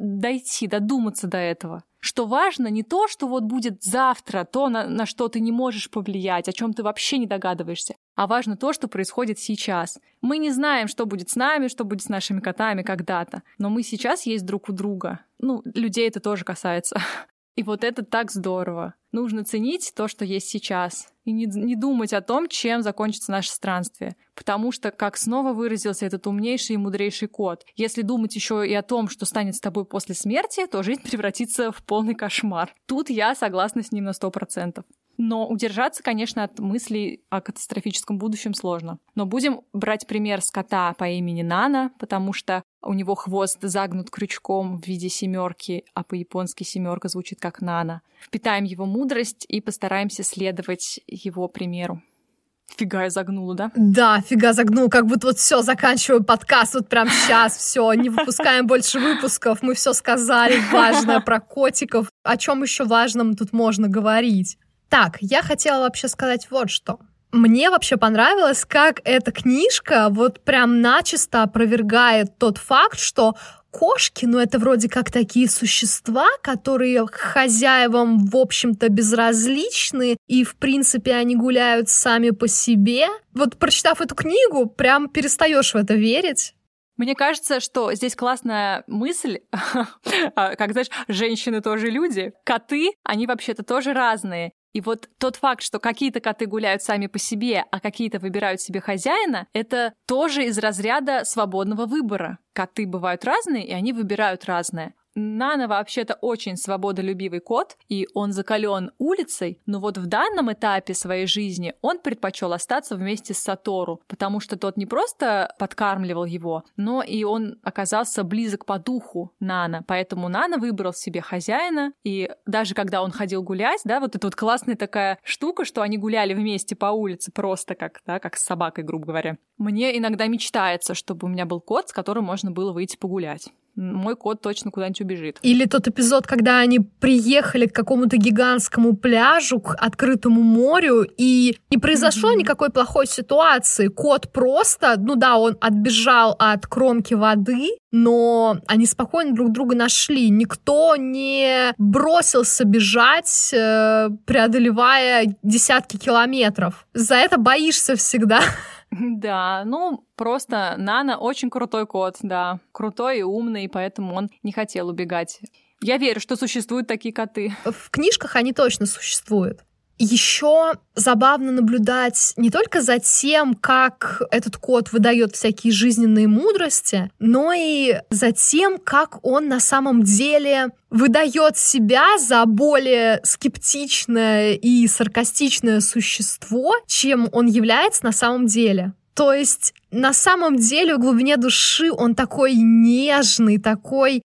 додуматься до этого. Что важно не то, что вот будет завтра, то, на что ты не можешь повлиять, о чем ты вообще не догадываешься, а важно то, что происходит сейчас. Мы не знаем, что будет с нами, что будет с нашими котами когда-то, но мы сейчас есть друг у друга. Людей это тоже касается. И вот это так здорово. Нужно ценить то, что есть сейчас, и не думать о том, чем закончится наше странствие. Потому что, как снова выразился этот умнейший и мудрейший кот, если думать еще и о том, что станет с тобой после смерти, то жизнь превратится в полный кошмар. Тут я согласна с ним на 100%. Но удержаться, конечно, от мыслей о катастрофическом будущем сложно. Но будем брать пример с кота по имени Нана, потому что у него хвост загнут крючком в виде 7, а по-японски 7 звучит как Нана. Впитаем его мудрость и постараемся следовать его примеру. Фига я загнула, да? Да, фига загнула, как будто вот все, заканчиваю подкаст вот прям сейчас, все, не выпускаем больше выпусков, мы все сказали важное про котиков. О чем еще важном тут можно говорить? Так, я хотела вообще сказать вот что. Мне вообще понравилось, как эта книжка вот прям начисто опровергает тот факт, что кошки, это вроде как такие существа, которые хозяевам, в общем-то, безразличны, и, в принципе, они гуляют сами по себе. Вот, прочитав эту книгу, прям перестаешь в это верить. Мне кажется, что здесь классная мысль, как, знаешь, женщины тоже люди, коты, они вообще-то тоже разные. И вот тот факт, что какие-то коты гуляют сами по себе, а какие-то выбирают себе хозяина, это тоже из разряда свободного выбора. Коты бывают разные, и они выбирают разное. Нана вообще-то очень свободолюбивый кот, и он закален улицей, но вот в данном этапе своей жизни он предпочел остаться вместе с Сатору, потому что тот не просто подкармливал его, но и он оказался близок по духу Нана, поэтому Нана выбрал себе хозяина, и даже когда он ходил гулять, да, вот эта вот классная такая штука, что они гуляли вместе по улице просто как с собакой, грубо говоря. Мне иногда мечтается, чтобы у меня был кот, с которым можно было выйти погулять. мой кот точно куда-нибудь убежит. Или тот эпизод, когда они приехали к какому-то гигантскому пляжу, к открытому морю, и не произошло никакой плохой ситуации. Кот просто, он отбежал от кромки воды, но они спокойно друг друга нашли. Никто не бросился бежать, преодолевая десятки километров. За это боишься всегда. Да, просто Нана очень крутой кот, да. Крутой и умный, поэтому он не хотел убегать. Я верю, что существуют такие коты. В книжках они точно существуют. Еще забавно наблюдать не только за тем, как этот кот выдает всякие жизненные мудрости, но и за тем, как он на самом деле выдает себя за более скептичное и саркастичное существо, чем он является на самом деле. То есть на самом деле в глубине души он такой нежный, такой...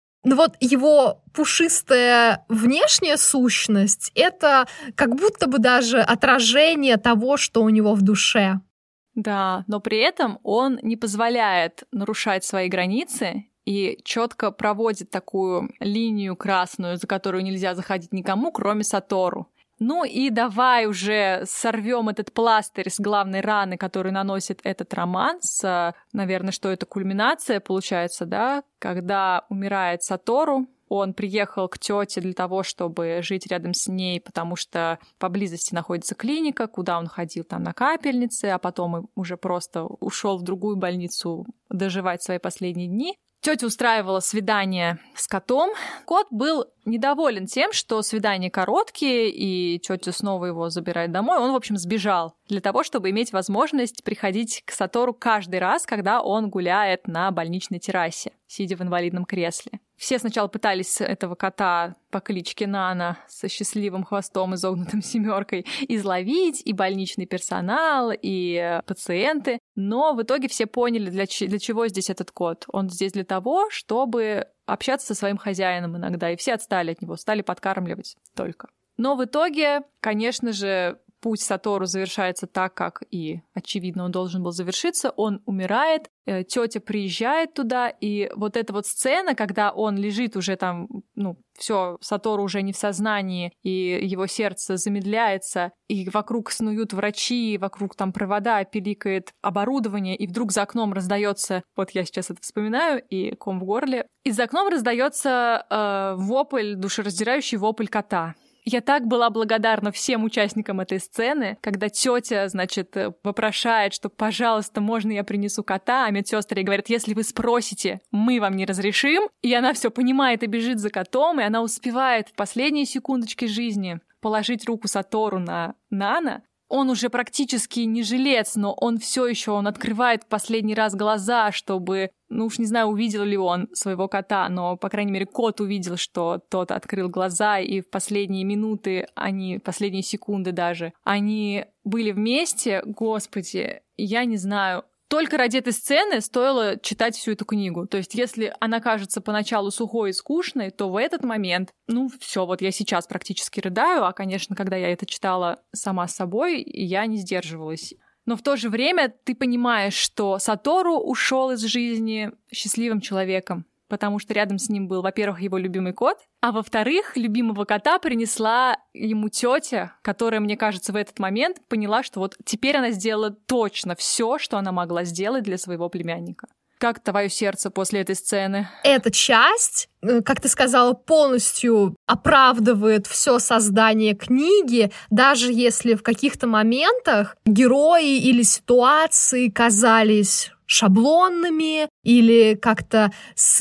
его пушистая внешняя сущность — это как будто бы даже отражение того, что у него в душе. Да, но при этом он не позволяет нарушать свои границы и четко проводит такую линию красную, за которую нельзя заходить никому, кроме Сатору. И давай уже сорвем этот пластырь с главной раны, которую наносит этот роман, наверное, что это кульминация получается, да, когда умирает Сатору. Он приехал к тете для того, чтобы жить рядом с ней, потому что поблизости находится клиника, куда он ходил там на капельнице, а потом уже просто ушел в другую больницу доживать свои последние дни. Тетя устраивала свидание с котом. Кот был недоволен тем, что свидания короткие, и тетя снова его забирает домой. Он, в общем, сбежал для того, чтобы иметь возможность приходить к Сатору каждый раз, когда он гуляет на больничной террасе, сидя в инвалидном кресле. Все сначала пытались этого кота по кличке Нана со счастливым хвостом, изогнутым семеркой, изловить, и больничный персонал, и пациенты. Но в итоге все поняли, для чего здесь этот кот. Он здесь для того, чтобы общаться со своим хозяином иногда, и все отстали от него, стали подкармливать только. Но в итоге, конечно же, путь Сатору завершается так, как и, очевидно, он должен был завершиться. Он умирает, тетя приезжает туда, и вот эта вот сцена, когда он лежит уже там, все, Сатору уже не в сознании, и его сердце замедляется, и вокруг снуют врачи, вокруг там провода, пиликает оборудование, и вдруг за окном раздается, вот я сейчас это вспоминаю, и ком в горле, и за окном раздается вопль, душераздирающий вопль кота. Я так была благодарна всем участникам этой сцены, когда тетя, вопрошает, что, пожалуйста, можно я принесу кота, а медсестры говорят, если вы спросите, мы вам не разрешим. И она все понимает и бежит за котом, и она успевает в последние секундочки жизни положить руку Сатору на Нана. Он уже практически не жилец, но он открывает в последний раз глаза, чтобы, уж не знаю, увидел ли он своего кота, но, по крайней мере, кот увидел, что тот открыл глаза, и в последние минуты, последние секунды даже, они были вместе. Господи, я не знаю. Только ради этой сцены стоило читать всю эту книгу. То есть, если она кажется поначалу сухой и скучной, то в этот момент, все, вот я сейчас практически рыдаю, а, конечно, когда я это читала сама с собой, я не сдерживалась. Но в то же время ты понимаешь, что Сатору ушел из жизни счастливым человеком, потому что рядом с ним был, во-первых, его любимый кот, а во-вторых, любимого кота принесла ему тетя, которая, мне кажется, в этот момент поняла, что вот теперь она сделала точно все, что она могла сделать для своего племянника. Как твое сердце после этой сцены? Эта часть, как ты сказала, полностью оправдывает все создание книги, даже если в каких-то моментах герои или ситуации казались шаблонными или как-то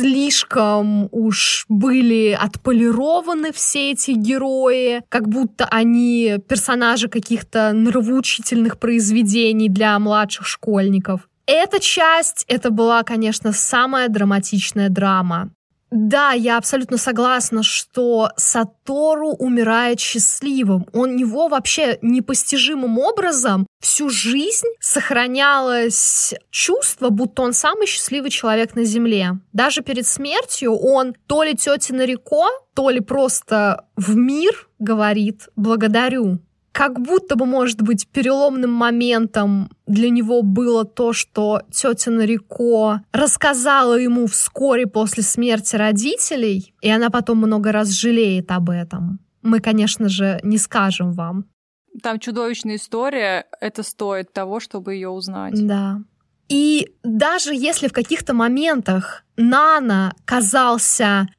слишком уж были отполированы все эти герои, как будто они персонажи каких-то нравоучительных произведений для младших школьников. Эта часть, это была, конечно, самая драматичная драма. Да, я абсолютно согласна, что Сатору умирает счастливым. У него вообще непостижимым образом всю жизнь сохранялось чувство, будто он самый счастливый человек на Земле. Даже перед смертью он то ли тете Нарико, то ли просто в мир говорит «благодарю». как будто бы, может быть, переломным моментом для него было то, что тетя Нарико рассказала ему вскоре после смерти родителей, и она потом много раз жалеет об этом. Мы, конечно же, не скажем вам. Там чудовищная история, это стоит того, чтобы ее узнать. Да. И даже если в каких-то моментах Нана казался,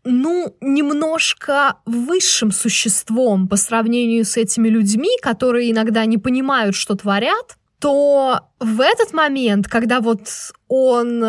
немножко высшим существом по сравнению с этими людьми, которые иногда не понимают, что творят, то в этот момент, когда вот он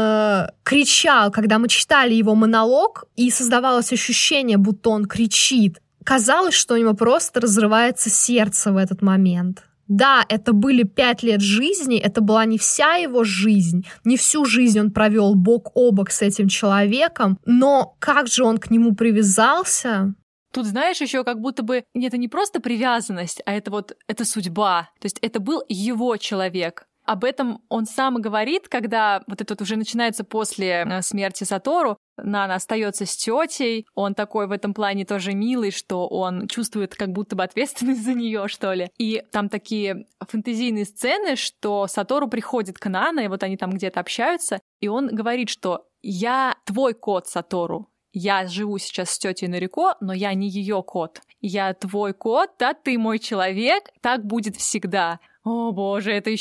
кричал, когда мы читали его монолог, и создавалось ощущение, будто он кричит, казалось, что у него просто разрывается сердце в этот момент. Да, это были 5 лет жизни, это была не вся его жизнь, не всю жизнь он провел бок о бок с этим человеком, но как же он к нему привязался. Тут, знаешь, еще как будто бы это не просто привязанность, а это судьба. То есть это был его человек. Об этом он сам и говорит, когда вот это уже начинается после смерти Сатору. Нана остается с тетей. Он такой в этом плане тоже милый, что он чувствует как будто бы ответственность за нее, что ли. И там такие фэнтезийные сцены, что Сатору приходит к Нана, и вот они там где-то общаются, и он говорит, что «я твой кот, Сатору». Я живу сейчас с тетей Нарико, но я не ее кот. Я твой кот, да, ты мой человек, так будет всегда. О боже, это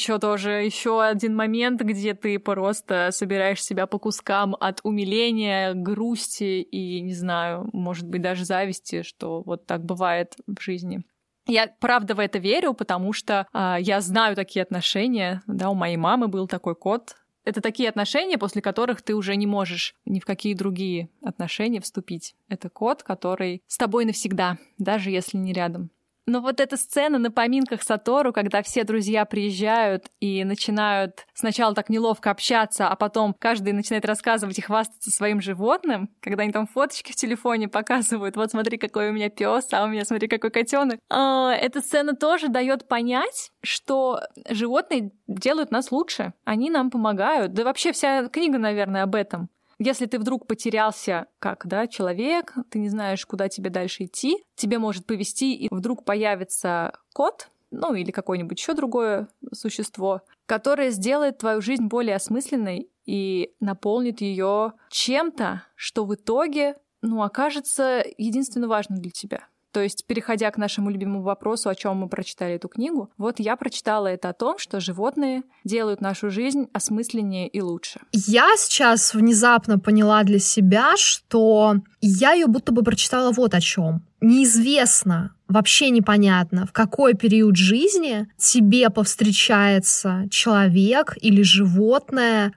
еще один момент, где ты просто собираешь себя по кускам от умиления, грусти и, не знаю, может быть, даже зависти, что вот так бывает в жизни. Я правда в это верю, потому что я знаю такие отношения. Да, у моей мамы был такой кот. Это такие отношения, после которых ты уже не можешь ни в какие другие отношения вступить. Это кот, который с тобой навсегда, даже если не рядом. Но вот эта сцена на поминках Сатору, когда все друзья приезжают и начинают сначала так неловко общаться, а потом каждый начинает рассказывать и хвастаться своим животным, когда они там фоточки в телефоне показывают, вот смотри, какой у меня пес, а у меня смотри, какой котенок. Эта сцена тоже дает понять, что животные делают нас лучше, они нам помогают. Да вообще вся книга, наверное, об этом. Если ты вдруг потерялся как, человек, ты не знаешь, куда тебе дальше идти, тебе может повезти, и вдруг появится кот, или какое-нибудь еще другое существо, которое сделает твою жизнь более осмысленной и наполнит ее чем-то, что в итоге, окажется единственно важным для тебя. То есть, переходя к нашему любимому вопросу, о чем мы прочитали эту книгу, вот я прочитала это о том, что животные делают нашу жизнь осмысленнее и лучше. Я сейчас внезапно поняла для себя, что я ее будто бы прочитала вот о чем. Неизвестно, вообще непонятно, в какой период жизни тебе повстречается человек или животное,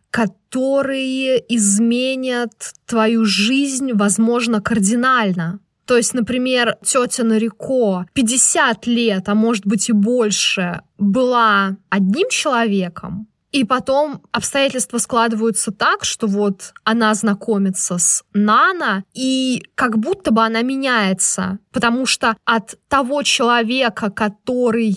которые изменят твою жизнь, возможно, кардинально. То есть, например, тетя Нарико 50 лет, а может быть и больше, была одним человеком, и потом обстоятельства складываются так, что вот она знакомится с Нана, и как будто бы она меняется, потому что от того человека, который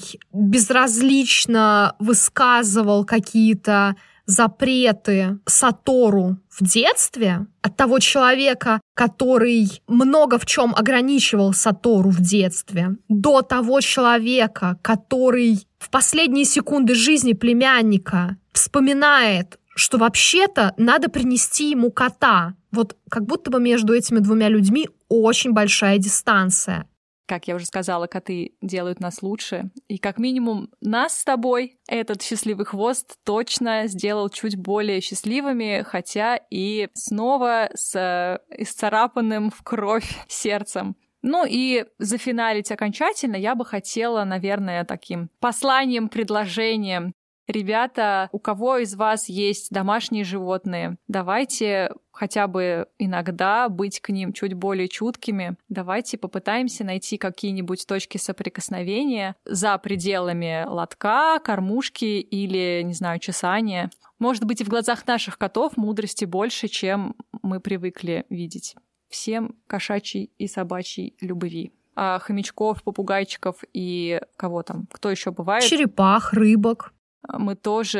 безразлично высказывал какие-то запреты Сатору в детстве, от того человека, который много в чем ограничивал Сатору в детстве, до того человека, который в последние секунды жизни племянника вспоминает, что вообще-то надо принести ему кота. Вот как будто бы между этими двумя людьми очень большая дистанция. Как я уже сказала, коты делают нас лучше. И как минимум нас с тобой этот счастливый хвост точно сделал чуть более счастливыми, хотя и снова с исцарапанным в кровь сердцем. И зафиналить окончательно я бы хотела, наверное, таким посланием, предложением. Ребята, у кого из вас есть домашние животные, давайте хотя бы иногда быть к ним чуть более чуткими. Давайте попытаемся найти какие-нибудь точки соприкосновения за пределами лотка, кормушки или, не знаю, чесания. Может быть, и в глазах наших котов мудрости больше, чем мы привыкли видеть. Всем кошачьей и собачьей любви. А хомячков, попугайчиков и кого там? Кто еще бывает? Черепах, рыбок. Мы тоже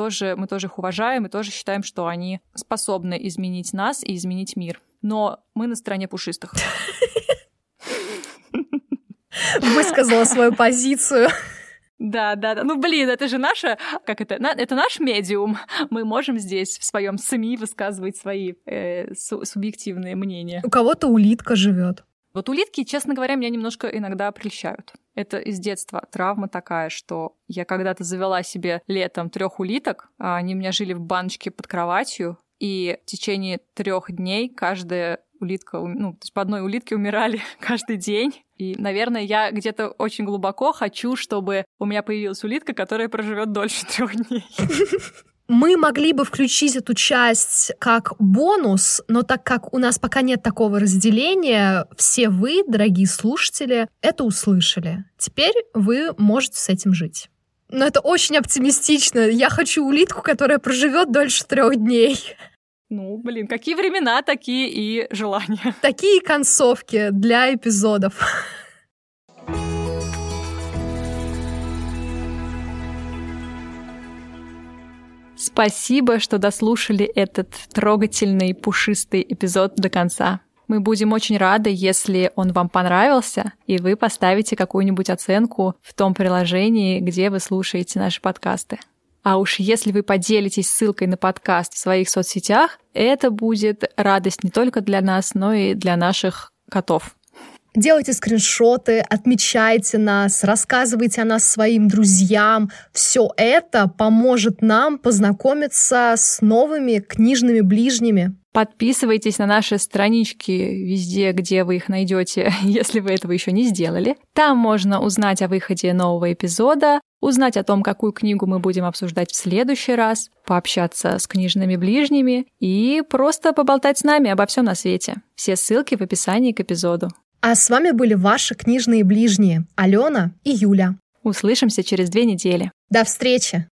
их уважаем и тоже считаем, что они способны изменить нас и изменить мир. Но мы на стороне пушистых. Высказала свою позицию. Да. Ну, блин, это же наша... Это наш медиум. Мы можем здесь в своем СМИ высказывать свои субъективные мнения. У кого-то улитка живет. Вот улитки, честно говоря, меня немножко иногда прельщают. Это из детства травма такая, что я когда-то завела себе летом 3 улиток, они у меня жили в баночке под кроватью, и в течение 3 дней каждая улитка, то есть по одной улитке умирали каждый день. И, наверное, я где-то очень глубоко хочу, чтобы у меня появилась улитка, которая проживет дольше 3 дней. Мы могли бы включить эту часть как бонус, но так как у нас пока нет такого разделения, все вы, дорогие слушатели, это услышали. Теперь вы можете с этим жить. Но это очень оптимистично. Я хочу улитку, которая проживет дольше 3 дней. Ну, блин, какие времена, такие и желания. Такие концовки для эпизодов. Спасибо, что дослушали этот трогательный, пушистый эпизод до конца. Мы будем очень рады, если он вам понравился, и вы поставите какую-нибудь оценку в том приложении, где вы слушаете наши подкасты. А уж если вы поделитесь ссылкой на подкаст в своих соцсетях, это будет радость не только для нас, но и для наших котов. Делайте скриншоты, отмечайте нас, рассказывайте о нас своим друзьям. Все это поможет нам познакомиться с новыми книжными ближними. Подписывайтесь на наши странички везде, где вы их найдете, если вы этого еще не сделали. Там можно узнать о выходе нового эпизода, узнать о том, какую книгу мы будем обсуждать в следующий раз, пообщаться с книжными ближними и просто поболтать с нами обо всем на свете. Все ссылки в описании к эпизоду. А с вами были ваши книжные ближние Алена и Юля. Услышимся через 2 недели. До встречи!